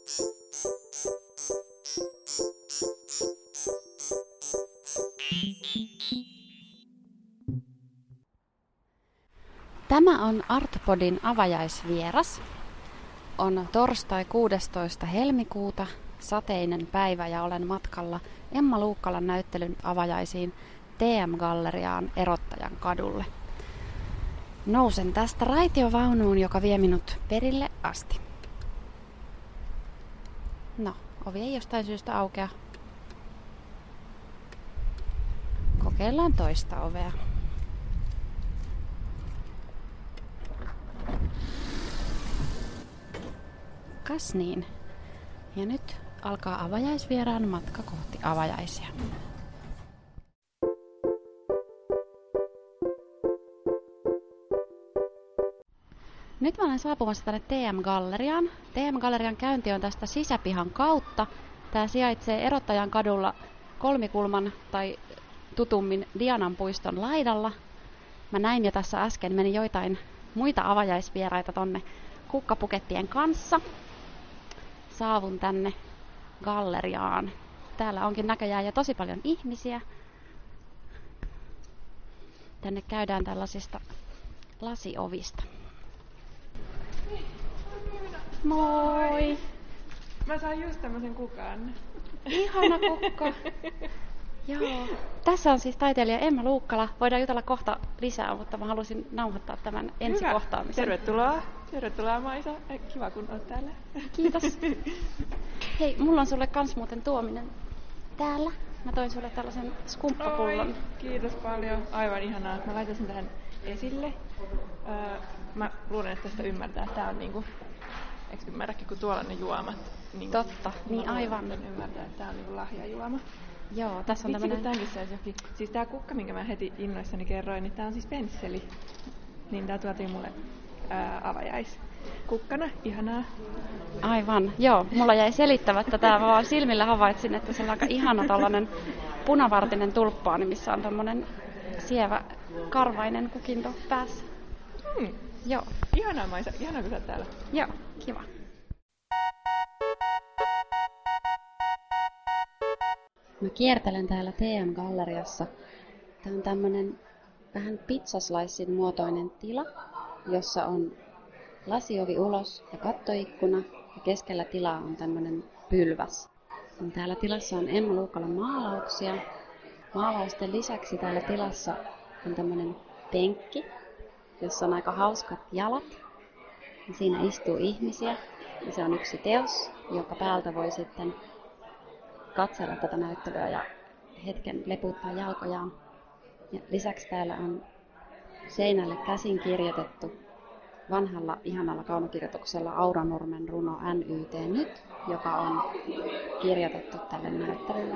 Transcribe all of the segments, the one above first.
Tämä on Artpodin avajaisvieras. On torstai 16. helmikuuta, sateinen päivä ja olen matkalla Emma Luukkalan näyttelyn avajaisiin TM-galleriaan Erottajan kadulle. Nousen tästä raitiovaunuun, joka vie minut perille asti. No, ovi ei jostain syystä aukea. Kokeillaan toista ovea. Kas niin. Ja nyt alkaa avajaisvieraan matka kohti avajaisia. Nyt mä olen saapumassa tänne TM-galleriaan. TM-gallerian käynti on tästä sisäpihan kautta. Tää sijaitsee Erottajan kadulla Kolmikulman tai tutummin Dianan puiston laidalla. Mä näin jo tässä äsken, meni joitain muita avajaisvieraita tonne kukkapukettien kanssa. Saavun tänne galleriaan. Täällä onkin näköjään jo tosi paljon ihmisiä. Tänne käydään tällaisista lasiovista. Moi! Mä sain just tämmösen kukan. Ihana kukka! Joo. Tässä on siis taiteilija Emma Luukkala. Voidaan jutella kohta lisää, mutta mä halusin nauhoittaa tämän ensikohtaamisen. Tervetuloa. Tervetuloa Maisa. Kiva kun oot täällä. Kiitos. Hei, mulla on sulle kans muuten tuominen täällä. Mä toin sulle tällaisen skumppapullon. Oi, kiitos paljon. Aivan ihanaa. Mä laitan sen tähän esille. Mä luulen, että tästä ymmärtää, että tää on niinku... Eikö ymmärräkin, kun tuolla ne juomat? Niin, totta, niin aivan. Ymmärtää, että tää on niinku lahjajuoma. Joo, tässä on tämmönen... Tämänkin saisi jokin... Siis tää kukka, minkä mä heti innoissani kerroin, niin tää on siis pensseli. Niin tää tuotiin mulle avajaiskukkana. Ihanaa. Aivan, joo. Mulla jäi selittämättä tää. Mä vaan silmillä havaitsin, että se on aika ihana tällainen punavartinen tulppaani, missä on tommonen sievä karvainen kukinto päässä. Joo. Ihanaa Maisa, ihanaa kun sä oot täällä. Joo, kiva. Mä kiertelen täällä TM-galleriassa. Tää on tämmönen vähän pizzaslicein muotoinen tila, jossa on lasiovi ulos ja kattoikkuna ja keskellä tilaa on tämmönen pylväs. Täällä tilassa on Emma Luukkalan maalauksia. Maalausten lisäksi täällä tilassa on tämmönen penkki, jossa on aika hauskat jalat. Ja siinä istuu ihmisiä ja se on yksi teos, joka päältä voi sitten katsella tätä näyttelyä ja hetken leputtaa jalkojaan. Ja lisäksi täällä on seinälle käsin kirjoitettu vanhalla ihanalla kaunokirjoituksella Auranurmen runo NYT nyt, joka on kirjoitettu tälle näyttelylle.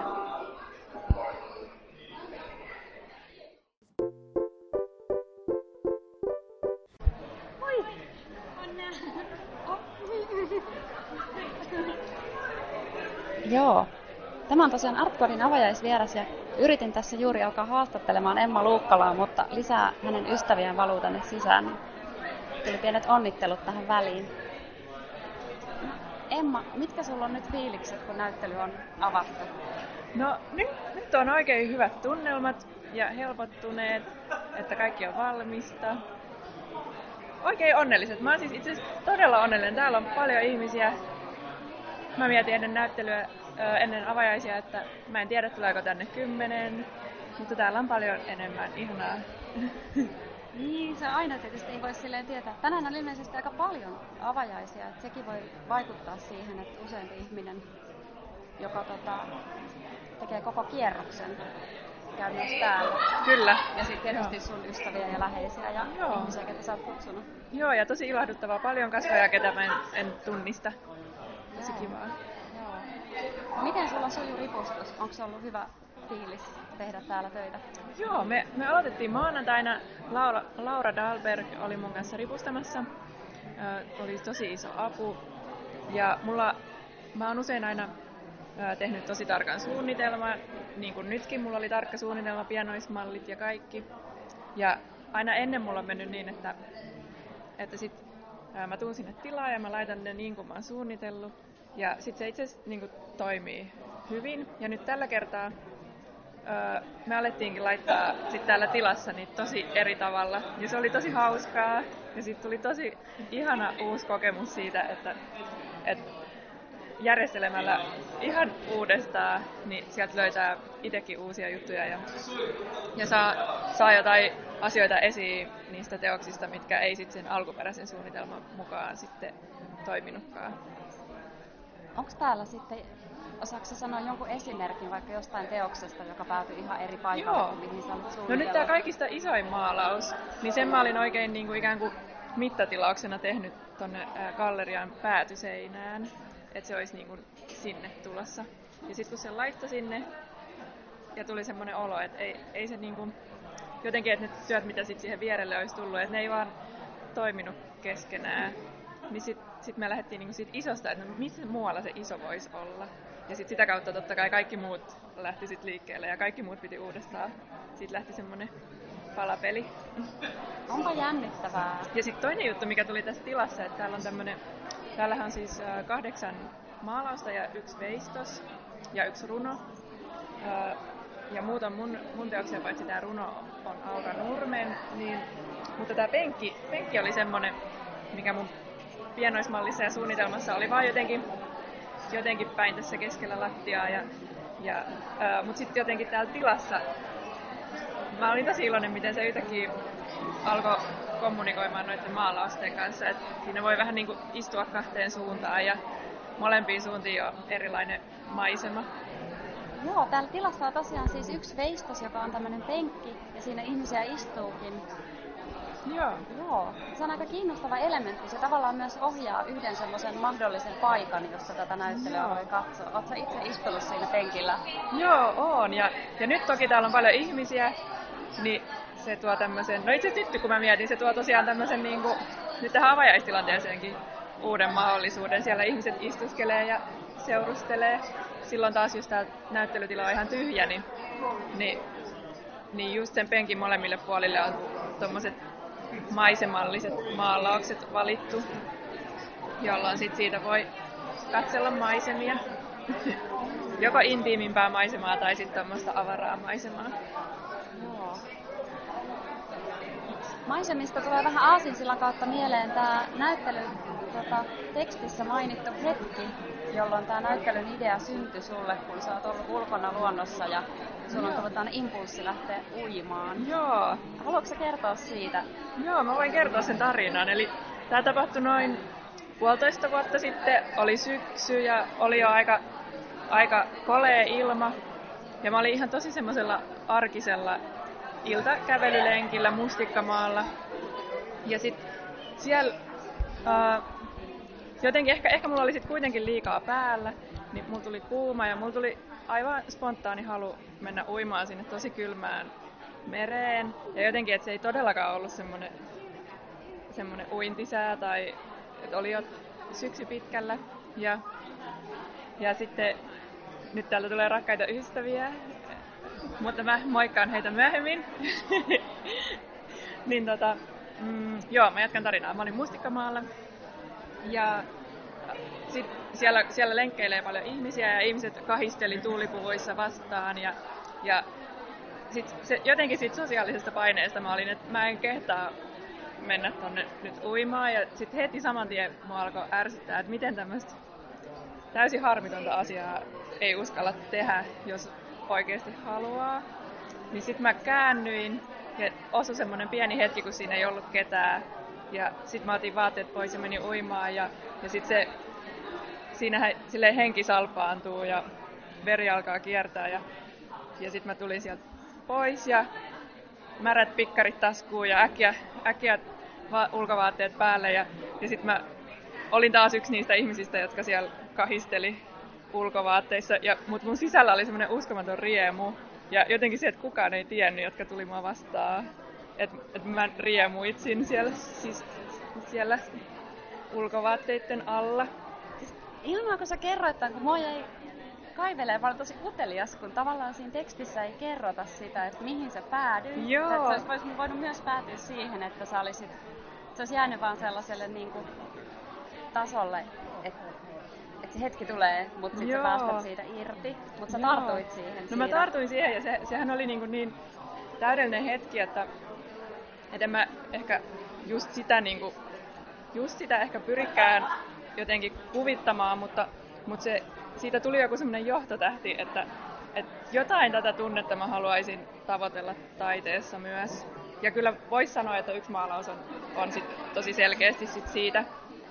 Joo. Tämä on tosiaan Artpodin avajaisvieras ja yritin tässä juuri alkaa haastattelemaan Emma Luukkalaa, mutta lisää hänen ystäviään valuu tänne sisään. Niin tuli pienet onnittelut tähän väliin. Emma, mitkä sulla on nyt fiilikset, kun näyttely on avattu? No nyt on oikein hyvät tunnelmat ja helpottuneet, että kaikki on valmista. Oikein onnelliset. Mä oon siis itse asiassa todella onnellinen. Täällä on paljon ihmisiä. Mä mietin ennen näyttelyä, ennen avajaisia, että mä en tiedä tuleeko tänne 10, mutta täällä on paljon enemmän. Ihanaa. Niin, se aina tietysti ei voi silleen tietää. Tänään on ilmeisesti aika paljon avajaisia, että sekin voi vaikuttaa siihen, että useampi ihminen, joka tekee koko kierroksen, käy myös täällä. Kyllä. Ja sitten tietysti sun ystäviä ja läheisiä ja ihmisiä, ketä sä oot kutsunut. Joo, ja tosi ilahduttavaa. Paljon kasvoja, ketä mä en tunnista. Tosi kivaa. Joo. Miten sulla sujuu ripustus? Onko se ollut hyvä fiilis tehdä täällä töitä? Joo, me aloitettiin maanantaina. Laura Dahlberg oli mun kanssa ripustamassa. Oli tosi iso apu. Ja mä oon usein aina tehnyt tosi tarkan suunnitelman. Niin kuin nytkin mulla oli tarkka suunnitelma, pianoismallit ja kaikki. Ja aina ennen mulla on mennyt niin, että sit mä tuun sinne tilaan ja mä laitan ne niin kuin mä oon suunnitellut. Ja sit se itse asiassa niin toimii hyvin. Ja nyt tällä kertaa me alettiinkin laittaa sit täällä tilassa niin tosi eri tavalla. Ja se oli tosi hauskaa. Ja sit tuli tosi ihana uusi kokemus siitä, että järjestelemällä ihan uudestaan, niin sieltä löytää itsekin uusia juttuja ja saa jotain asioita esiin niistä teoksista, mitkä ei sitten sen alkuperäisen suunnitelman mukaan sitten toiminutkaan. Onko täällä sitten, osaatko sanoa jonkun esimerkin vaikka jostain teoksesta, joka päätyi ihan eri paikalle kuin mihin sä olet suunnitellut? No nyt tämä kaikista isoin maalaus, niin sen mä olin oikein niin kuin ikään kuin mittatilauksena tehnyt tonne gallerian päätyseinään, että se olisi niin kuin sinne tulossa. Ja sitten kun se laittoi sinne ja tuli semmoinen olo, että ei se niin kuin, jotenkin, että ne työt mitä sitten siihen vierelle olisi tullut, että ne ei vaan toiminut keskenään. Niin sit me lähdettiin niinku siitä isosta, että no, missä muualla se iso voisi olla. Ja sit sitä kautta totta kai kaikki muut lähti sit liikkeelle ja kaikki muut piti uudestaan. Siitä lähti semmonen palapeli. Onpa jännittävää. Ja sitten toinen juttu, mikä tuli tässä tilassa, että täällähän on siis 8 maalausta ja 1 veistos ja 1 runo. Ja muut on mun teoksia, paitsi tää runo on Aura Nurmen. Mutta tää penkki oli semmonen, mikä mun pienoismallissa ja suunnitelmassa oli vaan jotenkin päin tässä keskellä lattiaa. Mutta sitten jotenkin täällä tilassa mä olin tosi iloinen, miten se yhtäkkiä alkoi kommunikoimaan noiden maalausten kanssa. Et siinä voi vähän niinku istua kahteen suuntaan ja molempiin suuntiin on erilainen maisema. Joo, täällä tilassa on tosiaan siis 1 veistos, joka on tämmöinen penkki ja siinä ihmisiä istuukin. Joo. Se on aika kiinnostava elementti. Se tavallaan myös ohjaa yhden semmoisen mahdollisen paikan, jossa tätä näyttelyä voi katsoa. Oletko itse istunut siinä penkillä? Joo, oon. Ja nyt toki täällä on paljon ihmisiä, niin se tuo tämmöisen... No itse asiassa nyt kun mä mietin, se tuo tosiaan tämmöisen niinku, nyt tähän avajaistilanteeseenkin uuden mahdollisuuden. Siellä ihmiset istuskelee ja seurustelee. Silloin taas, jos tää näyttelytila on ihan tyhjä, niin just sen penkin molemmille puolille on tommoset maisemalliset maalaukset valittu, jolloin sit siitä voi katsella maisemia. Joko intiimimpää maisemaa tai sitten tommoista avaraa maisemaa. Joo. Maisemista tulee vähän aasinsillan kautta mieleen tää näyttely tekstissä mainittu hetki, jolloin tää näyttelyn idea syntyi sulle, kun sä oot ollut ulkona luonnossa ja sulla on tullut tämmöinen impulssi lähteä uimaan. Joo. Haluatko sä kertoa siitä? Joo, mä voin kertoa sen tarinan. Eli tää tapahtui noin 1,5 vuotta sitten. Oli syksy ja oli jo aika kolea ilma. Ja mä olin ihan tosi semmosella arkisella iltakävelylenkillä Mustikkamaalla. Ja sit siellä jotenkin ehkä mulla oli sit kuitenkin liikaa päällä, niin mulla tuli kuuma ja mulla tuli aivan spontaani halu mennä uimaan sinne tosi kylmään mereen. Ja jotenkin, että se ei todellakaan ollut semmonen uintisää tai että oli jo syksy pitkällä. Ja sitten nyt täältä tulee rakkaita ystäviä, mutta mä moikkaan heitä myöhemmin. Niin joo, mä jatkan tarinaa. Mä olin Mustikkamaalla ja sit siellä lenkkeilee paljon ihmisiä ja ihmiset kahisteli tuulipuvuissa vastaan ja sit jotenkin siitä sosiaalisesta paineesta mä olin, että mä en kehtaa mennä tonne nyt uimaan ja sit heti saman tien mua alkoi ärsyttää, että miten tämmöistä täysin harmitonta asiaa ei uskalla tehdä, jos oikeasti haluaa. Niin sit mä käännyin ja osui semmonen pieni hetki, kun siinä ei ollut ketään. Ja sit mä otin vaatteet pois ja menin uimaan ja sit siinähän silleen henki salpaantuu ja veri alkaa kiertää ja sit mä tulin sieltä pois ja märät pikkarit taskuun ja äkkiä ulkovaatteet päälle ja sit mä olin taas yksi niistä ihmisistä, jotka siellä kahisteli ulkovaatteissa mut mun sisällä oli semmonen uskomaton riemu ja jotenkin se, että kukaan ei tiennyt, jotka tuli mua vastaan, että mä riemuitsin siellä ulkovaatteiden alla. Ilman kun sä kerroit tämän, kun mua jäi kaivelee, mä olen tosi utelias, kun tavallaan siinä tekstissä ei kerrota sitä, että mihin sä päädyit. Joo. Että sä olisit voinut myös päätyä siihen, että sä olisit se olisi jäänyt vaan sellaiselle niin kuin tasolle, että se hetki tulee, mutta sitten sä päästät siitä irti, mutta sä tartuit siihen. No mä tartuin siihen ja sehän oli niin täydellinen hetki, että en mä ehkä just sitä ehkä pyrikään jotenkin kuvittamaan, mutta siitä tuli joku semmoinen johtotähti, että jotain tätä tunnetta mä haluaisin tavoitella taiteessa myös. Ja kyllä vois sanoa, että yksi maalaus on sit tosi selkeästi siitä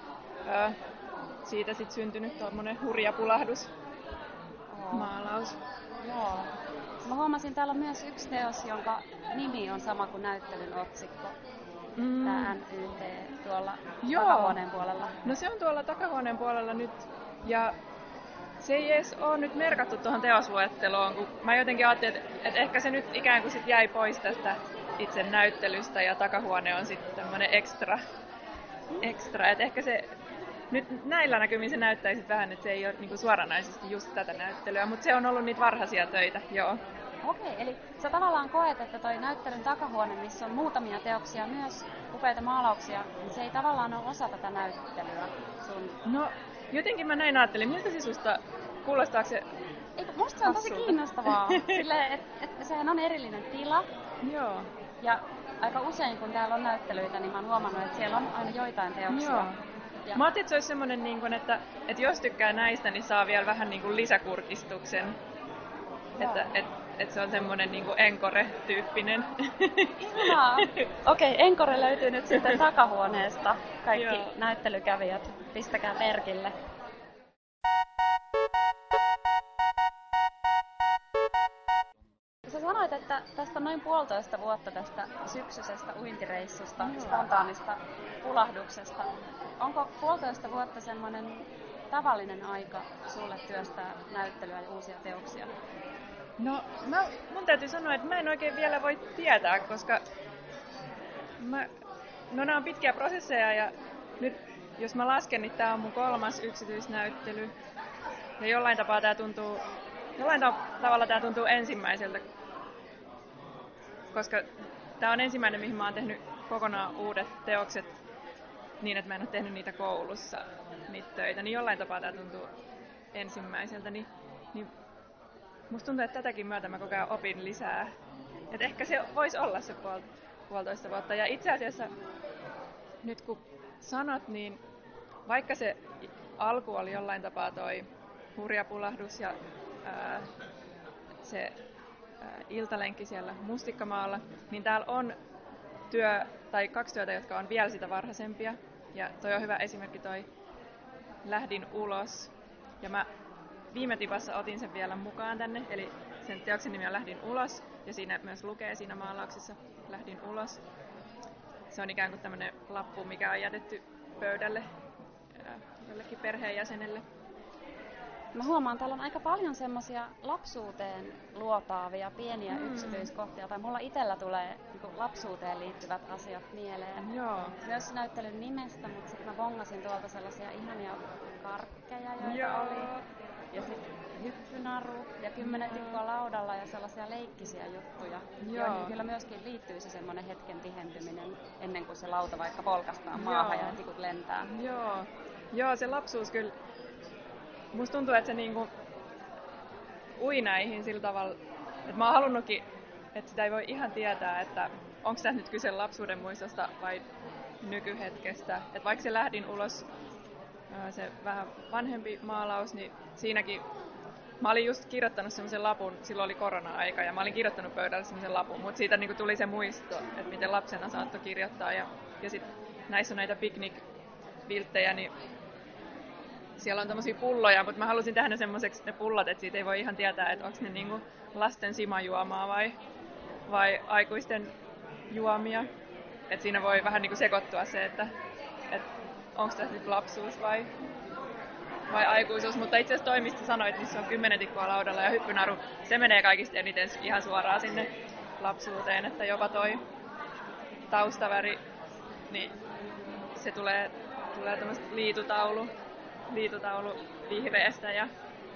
sit syntynyt tuommoinen hurja pulahdus maalaus. Joo. Mä huomasin, täällä on myös yksi teos, jonka nimi on sama kuin näyttelyn otsikko. Tää NYT tuolla takahuoneen puolella. No se on tuolla takahuoneen puolella nyt. Ja se ei edes ole nyt merkattu tuohon teosluetteloon, kun mä jotenkin ajattelin, että ehkä se nyt ikään kuin sit jäi pois tästä itse näyttelystä ja takahuone on sitten tämmöinen extra. Että ehkä se nyt näillä näkymin se näyttäisi vähän, että se ei ole niinku suoranaisesti just tätä näyttelyä, mutta se on ollut niitä varhaisia töitä, joo. Okei, eli sä tavallaan koet, että toi näyttelyn takahuone, missä on muutamia teoksia, myös upeita maalauksia, niin se ei tavallaan ole osa tätä näyttelyä sun... No, jotenkin mä näin ajattelin. Miltä se susta, kuulostaako se musta se on tosi kiinnostavaa. Silleen, että sehän on erillinen tila. Joo. Ja aika usein, kun täällä on näyttelyitä, niin mä oon huomannut, että siellä on aina joitain teoksia. Joo. Ja mä ajattelin, että se olisi semmoinen, että jos tykkää näistä, niin saa vielä vähän lisäkurkistuksen. Että se on semmoinen encore-tyyppinen. Ihanaa. Okei, encore löytyy nyt sitten takahuoneesta. Kaikki näyttelykävijät, pistäkää merkille. Sä sanoit, että tästä on noin 1,5 vuotta tästä syksyisestä uintireissusta, spontaanista pulahduksesta. Onko 1,5 vuotta semmoinen tavallinen aika sulle työstää näyttelyä ja uusia teoksia? No, mun täytyy sanoa, että mä en oikein vielä voi tietää, koska nämä on pitkiä prosesseja ja nyt jos mä lasken, niin tää on mun 3. yksityisnäyttely. Ja jollain tavalla tää tuntuu ensimmäiseltä, koska tää on ensimmäinen, mihin mä oon tehnyt kokonaan uudet teokset niin, että mä en ole tehnyt niitä koulussa, niitä töitä. Niin jollain tapaa tää tuntuu ensimmäiseltä. Niin musta tuntuu, että tätäkin myötä mä koko ajan opin lisää. Et ehkä se voisi olla se 1,5 vuotta. Ja itse asiassa nyt kun sanot, niin vaikka se alku oli jollain tapaa toi hurja pulahdus ja se iltalenkki siellä Mustikkamaalla, niin täällä on 2 työtä, jotka on vielä sitä varhaisempia. Ja toi on hyvä esimerkki toi Lähdin ulos. Ja mä viime tipassa otin sen vielä mukaan tänne, eli sen teoksen nimi on Lähdin ulos, ja siinä myös lukee siinä maalauksessa Lähdin ulos. Se on ikään kuin tämmönen lappu, mikä on jätetty pöydälle jollekin perheenjäsenelle. Mä huomaan, täällä on aika paljon semmosia lapsuuteen luotaavia pieniä yksityiskohtia, tai mulla itsellä tulee niin lapsuuteen liittyvät asiat mieleen. Joo. Myös näyttelyn nimestä, mutta sitten mä bongasin tuolta sellaisia ihania karkkeja, joita oli. Ja sitten hyppynaru ja 10 tikkua laudalla ja sellaisia leikkisiä juttuja, joihin kyllä myöskin liittyy se semmoinen hetken tihentyminen ennen kuin se lauta vaikka polkastaan maahan ja tikut lentää. Joo, se lapsuus kyllä. Musta tuntuu, että se niinku ui näihin sillä tavalla, että mä oon halunnutkin, että sitä ei voi ihan tietää, että onko tässä nyt kyse lapsuuden muistosta vai nykyhetkestä. Että vaikka se Lähdin ulos, se vähän vanhempi maalaus, niin siinäkin mä olin just kirjoittanut semmoisen lapun, silloin oli korona-aika ja mä olin kirjoittanut pöydälle semmoisen lapun, mutta siitä niinku tuli se muisto, että miten lapsena saattoi kirjoittaa ja sitten näissä on näitä piknikvilttejä, niin siellä on tommosia pulloja, mutta mä halusin tehdä ne semmoiseksi ne pullot, että siitä ei voi ihan tietää, että onko ne niinku lasten simajuomaa vai aikuisten juomia. Että siinä voi vähän niinku sekoittua se, että onko tässä nyt lapsuus vai aikuisuus. Mutta itse asiassa toi, mistä sanoit, missä on 10 tikkua laudalla ja hyppynaru, se menee kaikista eniten ihan suoraan sinne lapsuuteen. Että jopa toi taustaväri, niin se tulee tämmöistä liitutaulu vihreästä ja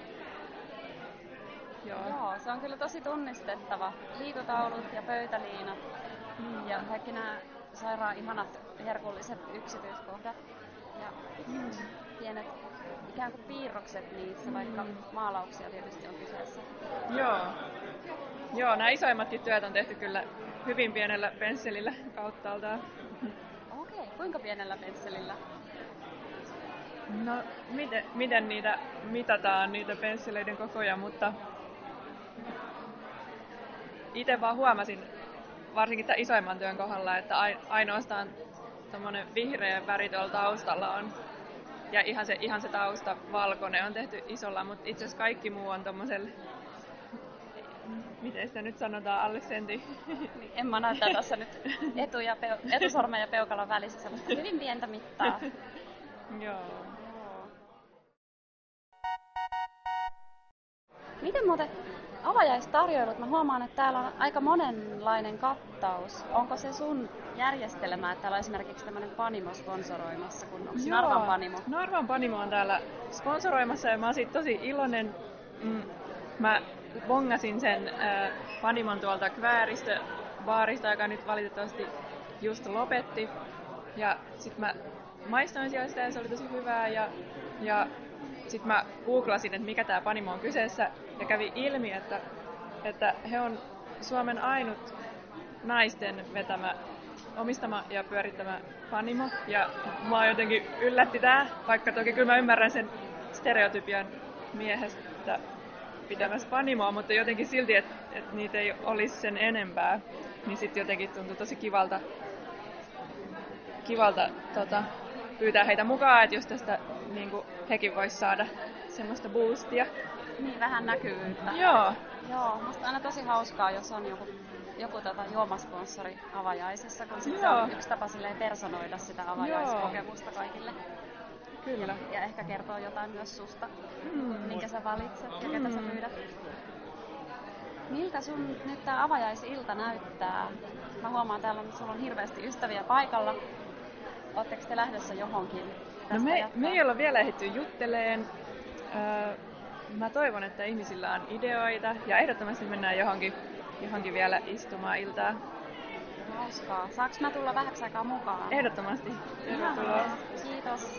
Joo, se on kyllä tosi tunnistettava. Liitutaulut ja pöytäliinat ja kaikki nämä sairaan ihanat herkulliset yksityiskohdat ja pienet ikään kuin piirrokset niissä, vaikka maalauksia tietysti on kyseessä. Joo, nämä isoimmatkin työt on tehty kyllä hyvin pienellä pensselillä kauttaaltaan. Okei, kuinka pienellä pensselillä? No, miten niitä mitataan, niitä pensseleiden kokoja, mutta itse vaan huomasin, varsinkin tämän isoimman työn kohdalla, että ainoastaan tommonen vihreä väri tuolla taustalla on, ja ihan se tausta valkoinen on tehty isolla, mutta itse asiassa kaikki muu on tommosella, miten sitä nyt sanotaan, alle sentin. Emma näyttää tässä nyt etusormen ja peukalon välissä sellaista hyvin pientä mittaa. Joo. Miten muuten avajaistarjoilut? Mä huomaan, että täällä on aika monenlainen kattaus. Onko se sun järjestelmä, että täällä on esimerkiksi tämmöinen Panimo sponsoroimassa, kun onko se Narvan Panimo? Narvan Panimo on täällä sponsoroimassa ja mä oon siitä tosi iloinen. Mä bongasin sen Panimon tuolta Kvääristöbaarista, joka nyt valitettavasti just lopetti. Ja sit mä maistoin siellä sitä ja se oli tosi hyvää ja sit mä googlasin, että mikä tää Panimo on kyseessä ja kävi ilmi, että he on Suomen ainut naisten omistama ja pyörittämä Panimo. Ja mua jotenkin yllätti tää, vaikka toki kyllä mä ymmärrän sen stereotypian miehestä pitämässä Panimoa, mutta jotenkin silti, että niitä ei olisi sen enempää, niin sitten jotenkin tuntui tosi kivalta pyytää heitä mukaan, että jos tästä niin kuin hekin vois saada semmoista boostia. Niin, vähän näkyvyyttä. Joo, musta aina tosi hauskaa, jos on joku juomasponsori avajaisissa, kun sit se on yksi tapa personoida sitä avajaiskokemusta kaikille. Kyllä. Ja ehkä kertoo jotain myös susta, minkä sä valitset ja ketä sä pyydät. Miltä sun nyt tää avajaisilta näyttää? Mä huomaan täällä, että sulla on hirveästi ystäviä paikalla. Ootteko te lähdössä johonkin? No me ei olla vielä ehditty jutteleen. Mä toivon, että ihmisillä on ideoita ja ehdottomasti mennään johonkin vielä istumaan iltaa. Hauskaa. Saanko mä tulla vähäksi aikaa mukaan? Ehdottomasti. Tervetuloa. Kiitos.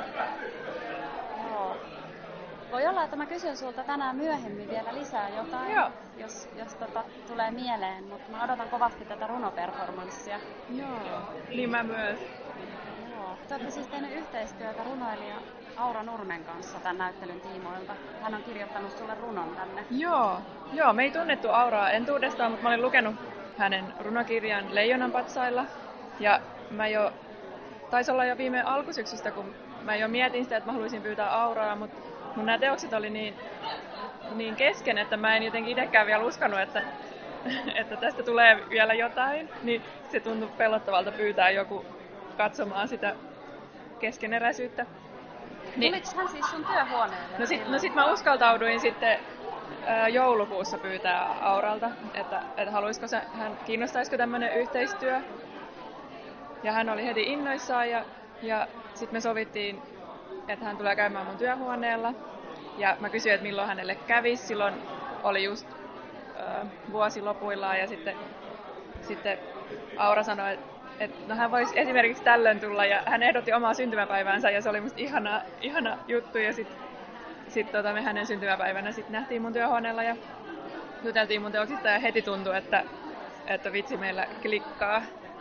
Joo. Voi olla, että mä kysyn sulta tänään myöhemmin vielä lisää jotain, jos tulee mieleen, mutta mä odotan kovasti tätä runoperformanssia. Joo, niin mä myös. Joo. Te olette siis tehnyt yhteistyötä runoilija Aura Nurmen kanssa tämän näyttelyn tiimoilta. Hän on kirjoittanut sulle runon tänne. Joo, me ei tunnettu Auraa entuudestaan, mutta mä olin lukenut hänen runokirjan Leijonan patsailla. Ja taisi olla jo viime alkusyksystä, kun mä jo mietin sitä, että mä haluaisin pyytää Auraa, mutta mun nämä teokset oli niin kesken, että mä en jotenkin itsekään vielä uskonut, että tästä tulee vielä jotain. Niin se tuntui pelottavalta pyytää joku katsomaan sitä keskeneräisyyttä. Tuliko hän siis sun työhuoneelle? No sit mä uskaltauduin sitten joulukuussa pyytää Auralta, että kiinnostaisiko tämmönen yhteistyö. Ja hän oli heti innoissaan ja sitten me sovittiin, että hän tulee käymään mun työhuoneella. Ja mä kysyin, että milloin hänelle kävisi. Silloin oli just vuosi lopuillaan ja sitten Aura sanoi, että no hän voisi esimerkiksi tällöin tulla. Ja hän ehdotti omaa syntymäpäiväänsä ja se oli musta ihana juttu. Ja sitten me hänen syntymäpäivänä sit nähtiin mun työhuoneella ja juteltiin mun teoksista ja heti tuntui, että vitsi meillä klikkaa.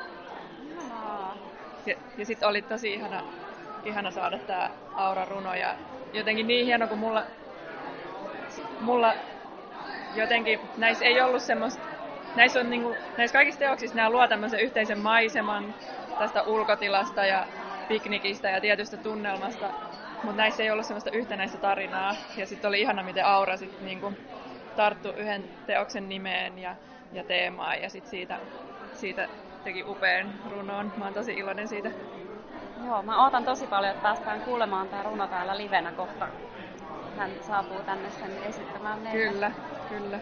Ja sitten oli tosi ihana saada tää Auran runo ja jotenkin niin hieno, kun mulla jotenkin näissä ei ollut semmoista, näissä kaikissa teoksissa nämä luo tämmöisen yhteisen maiseman tästä ulkotilasta ja piknikistä ja tietystä tunnelmasta, mutta näissä ei ollut semmoista yhtenäistä tarinaa ja sitten oli ihana, miten Aura sitten niinku tarttui yhden teoksen nimeen ja teemaan ja sitten siitä teki upean runon. Mä oon tosi iloinen siitä. Joo, mä ootan tosi paljon, että päästään kuulemaan tää runo täällä livenä kohta. Hän saapuu tänne sen esittämään meille. Kyllä.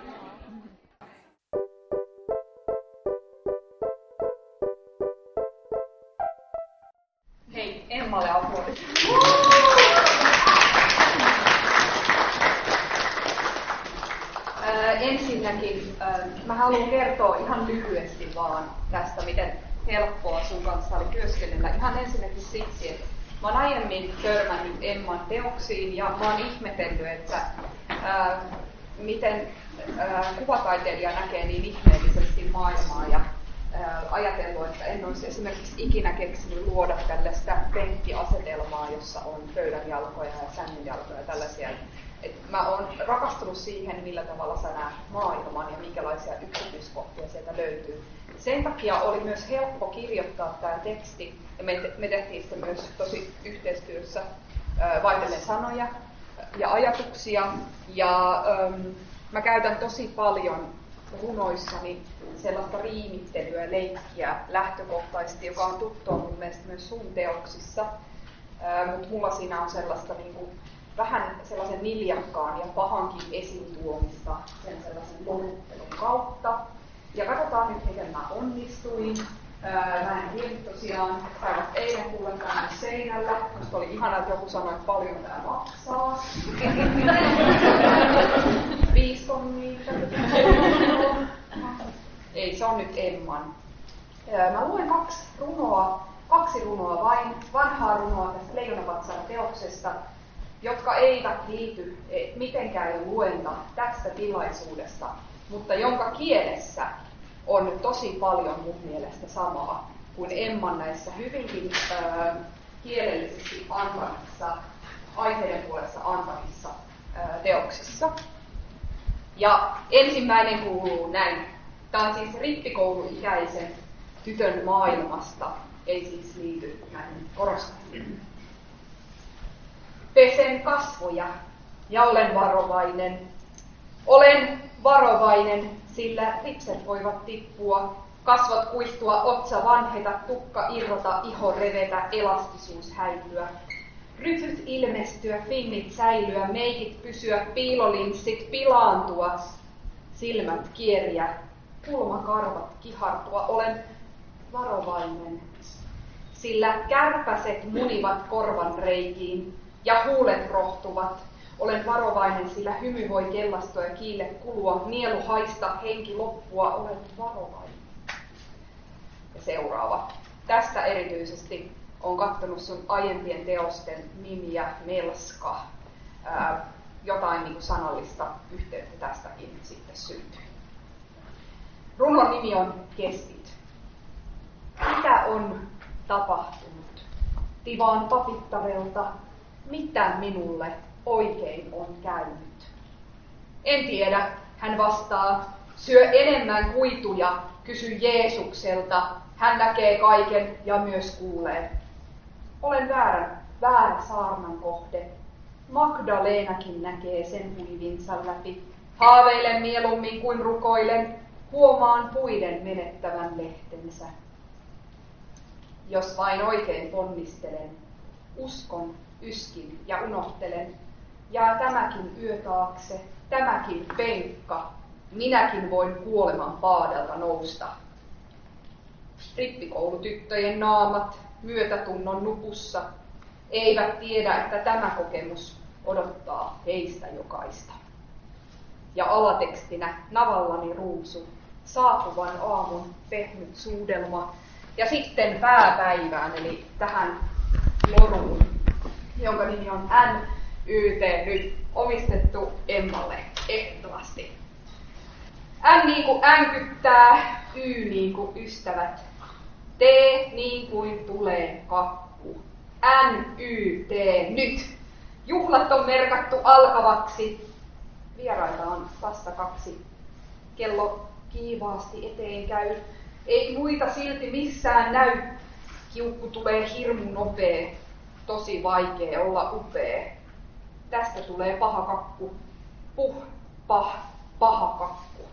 Hei, Emmalle aplodit. Ensinnäkin mä haluan kertoa ihan lyhyesti vaan tästä, miten helppoa sun kanssa oli työskennellä. Ihan ensinnäkin siksi, että mä oon aiemmin törmännyt Emman teoksiin ja mä oon ihmetellyt, että miten kuvataiteilija näkee niin ihmeellisesti maailmaa ja ajatellut, että en olisi esimerkiksi ikinä keksinyt luoda tällaista penkkiasetelmaa, jossa on pöydän jalkoja ja sängyn jalkoja ja tällaisia. Et mä oon rakastunut siihen, millä tavalla sä näet maailman ja minkälaisia yksityiskohtia sieltä löytyy. Sen takia oli myös helppo kirjoittaa tämä teksti, ja me tehtiin sitä myös tosi yhteistyössä vaihdellen sanoja ja ajatuksia. Ja mä käytän tosi paljon runoissani sellaista riimittelyä, leikkiä lähtökohtaisesti, joka on tuttua mun mielestä myös sun teoksissa. Mutta mulla siinä on sellaista vähän sellaisen niljakkaan ja pahankin esiin tuomista sen sellaisen poruttelun kautta. Ja katsotaan nyt, miten mä onnistuin. Mä en tiennyt tosiaan, päivät eilen kuulen tänne seinällä. Musta oli ihanaa, että joku sanoi, että paljon tää maksaa. 5 tonnia. Ei, se on nyt Emman. Mä luen 2 runoa vain, vanhaa runoa tästä Leijonapatsaan teoksesta, jotka eivät liity mitenkään luenta tästä tilaisuudesta, mutta jonka kielessä on tosi paljon mun mielestä samaa kuin Emman näissä hyvinkin kielellisesti antamissa, aiheiden puolesta antamissa teoksissa. Ja ensimmäinen kuuluu näin. Tämä on siis rippikouluikäisen tytön maailmasta, ei siis liity näihin korostajiin. Pesen kasvoja ja olen varovainen. Olen varovainen, sillä ripset voivat tippua, kasvot kuihtua, otsa vanheta, tukka irrota, iho revetä, elastisuus häipyä. Rytyt ilmestyä, finnit säilyä, meikit pysyä, piilolinssit pilaantua, silmät kieriä, kulmakarvat kihartua. Olen varovainen, sillä kärpäset munivat korvan reikiin ja huulet rohtuvat. Olen varovainen, sillä hymy voi kellastua ja kiille kulua, nielu haista, henki loppua, olen varovainen. Ja seuraava. Tästä erityisesti on katsonut sun aiempien teosten nimiä, melska. Jotain niin kuin sanallista yhteyttä tästäkin sitten syntyy. Runon nimi on Kestit. Mitä on tapahtunut? Tivaan papittavelta, mitä minulle oikein on käynyt? En tiedä, hän vastaa. Syö enemmän kuituja, kysy Jeesukselta. Hän näkee kaiken ja myös kuulee. Olen väärä saarnan kohde. Magdalenakin näkee sen huivinsa läpi. Haaveilen mieluummin kuin rukoilen. Huomaan puiden menettävän lehtensä. Jos vain oikein ponnistelen, uskon, yskin ja unohtelen. Jää tämäkin yö taakse, tämäkin penkka. Minäkin voin kuoleman paadalta nousta. Rippikoulutyttöjen naamat myötätunnon nupussa eivät tiedä, että tämä kokemus odottaa heistä jokaista. Ja alatekstinä navallani ruusu, saapuvan aamun pehmyt suudelma ja sitten pääpäivään, eli tähän loruun, jonka nimi on NYT, nyt omistettu Emmalle ehdottomasti. N niin kuin änkyttää, Y niin kuin ystävät, T niin kuin tulee kakku. NYT nyt. Juhlat on merkattu alkavaksi. Vieraita on vasta 2. Kello kiivaasti eteen käy. Ei muita silti missään näy. Kiukku tulee hirmu nopea. Tosi vaikea olla upea. Tästä tulee paha kakku. Paha kakku.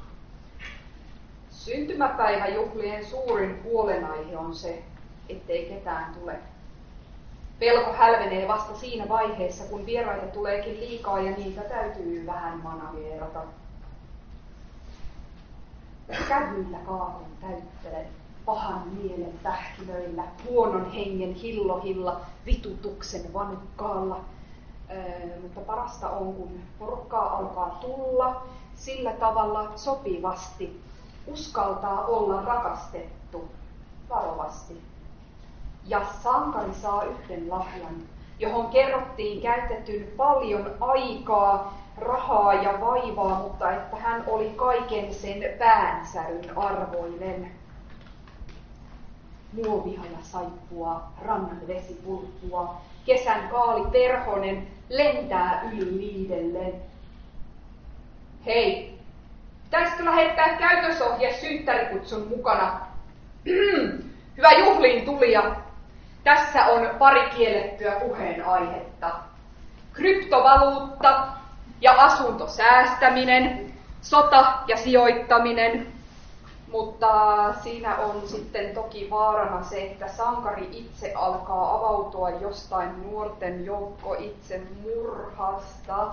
Syntymäpäiväjuhlien suurin huolenaihe on se, ettei ketään tule. Pelko hälvenee vasta siinä vaiheessa, kun vieraita tuleekin liikaa ja niitä täytyy vähän manageerata. Kävyillä kaaren täyttelen, pahan mielen pähkinöillä, huonon hengen hillohilla, vitutuksen vanukkaalla. Mutta parasta on, kun porukkaa alkaa tulla sillä tavalla sopivasti, uskaltaa olla rakastettu varovasti. Ja sankari saa yhden lahjan, johon kerrottiin käytetyn paljon aikaa, rahaa ja vaivaa, mutta että hän oli kaiken sen päänsäryn arvoinen. Muovihaja saippua, rannan vesi pulppua, kesän kaali perhonen lentää yli liidellen. Hei, pitäisikö lähettää käytösohje synttärikutsun mukana? Hyvä juhliin tulija. Tässä on pari kiellettyä puheenaihetta. Kryptovaluutta ja asuntosäästäminen, sota ja sijoittaminen. Mutta siinä on sitten toki vaarana se, että sankari itse alkaa avautua jostain nuorten joukko itse murhasta.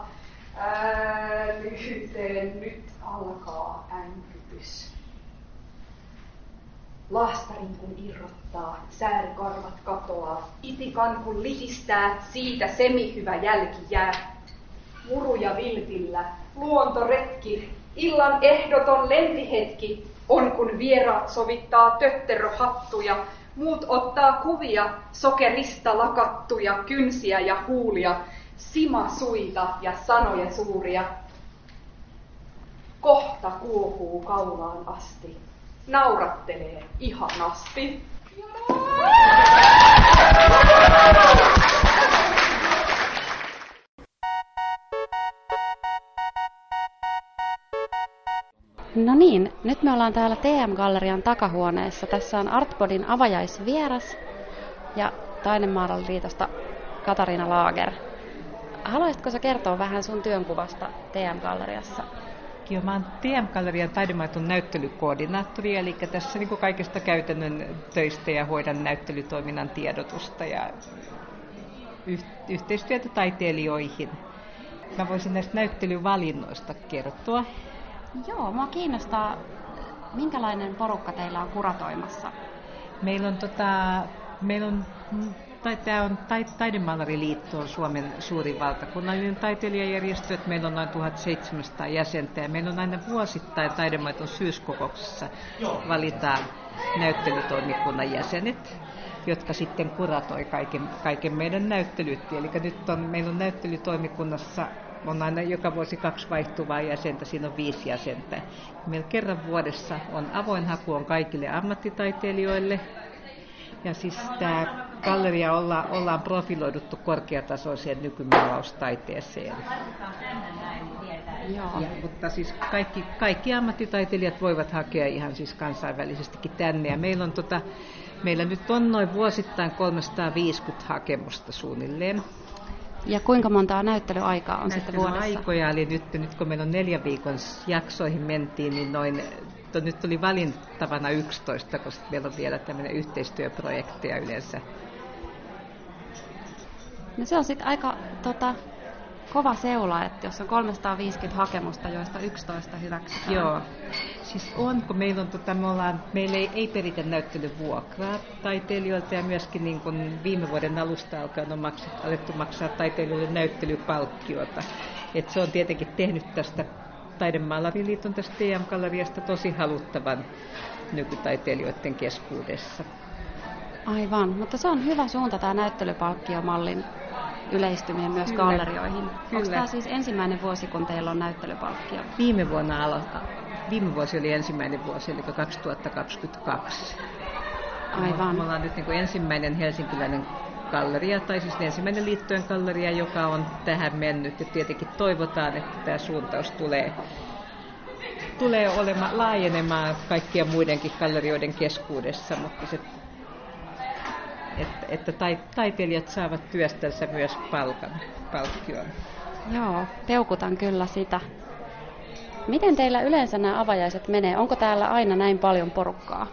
Nyt alkaa äänkytys. Laastarin kun irrottaa, säärikarvat katoaa. Itikan kun lihistää, siitä semihyvä jälki jää. Muruja viltillä, luontoretki, illan ehdoton lentihetki on kun vieraat sovittaa tötteröhattuja. Muut ottaa kuvia, sokerista lakattuja, kynsiä ja huulia, simasuita ja sanoja suuria. Kohta kuohuu kaulaan asti, naurattelee ihanasti. No niin, nyt me ollaan täällä TM-gallerian takahuoneessa. Tässä on Artpodin avajaisvieras ja Taidemaailmanliitosta Katariina Lager. Haluaisitko sä kertoa vähän sun työnkuvasta TM-galleriassa? Joo, mä oon TM-gallerian taidemaailman näyttelykoordinaattori, eli tässä niin kuin kaikista käytännön töistä ja hoidan näyttelytoiminnan tiedotusta ja yhteistyötä taiteilijoihin. Mä voisin näistä näyttelyvalinnoista kertoa. Joo, mua kiinnostaa, minkälainen porukka teillä on kuratoimassa? Tämä on Taidemaalariliitto on Suomen suurin valtakunnallinen taiteilijajärjestö, että meillä on noin 1700 jäsentä ja meillä on aina vuosittain Taidemaailman syyskokouksessa valitaan näyttelytoimikunnan jäsenet, jotka sitten kuratoi kaiken meidän näyttelyt. Eli nyt meillä on näyttelytoimikunnassa on aina joka vuosi 2 vaihtuvaa jäsentä, siinä on 5 jäsentä. Meillä kerran vuodessa on avoin haku on kaikille ammattitaiteilijoille. Ja siis tämä galleria ollaan profiloiduttu korkeatasoiseen nykymaalaustaiteeseen. Mutta siis kaikki ammattitaiteilijat voivat hakea ihan siis kansainvälisestikin tänne. Ja meillä nyt on noin vuosittain 350 hakemusta suunnilleen. Ja kuinka montaa näyttelyaikaa on sitten vuodessa? Aikoja, eli nyt kun meillä on 4 viikon jaksoihin mentiin, niin nyt oli valittavana 11, koska meillä on vielä tämmöinen yhteistyöprojekteja yleensä. No se on sitten aika kova seula, että jos on 350 hakemusta, joista 11 hyväksytään. Joo. Siis kun meillä ei peritä näyttelyvuokraa taiteilijoilta ja myöskin niin kun viime vuoden alusta alkaen on alettu maksaa taiteilijoille näyttelypalkkiota. Et se on tietenkin tehnyt tästä Taidemaalariliiton tästä TM-galleriasta tosi haluttavan nykytaiteilijoiden keskuudessa. Aivan, mutta se on hyvä suunta tämä näyttelypalkkiomallin yleistyminen myös gallerioihin. Onko tämä siis ensimmäinen vuosi, kun teillä on näyttelypalkkio? Viime vuosi oli ensimmäinen vuosi, eli 2022. Aivan. Me ollaan nyt niin kuin ensimmäinen helsinkiläinen galleria, tai siis ensimmäinen liittojen galleria, joka on tähän mennyt. Ja tietenkin toivotaan, että tämä suuntaus tulee laajenemaan kaikkien muidenkin gallerioiden keskuudessa, mutta että taiteilijat saavat työstänsä myös palkkion. Joo, peukutan kyllä sitä. Miten teillä yleensä nämä avajaiset menee? Onko täällä aina näin paljon porukkaa?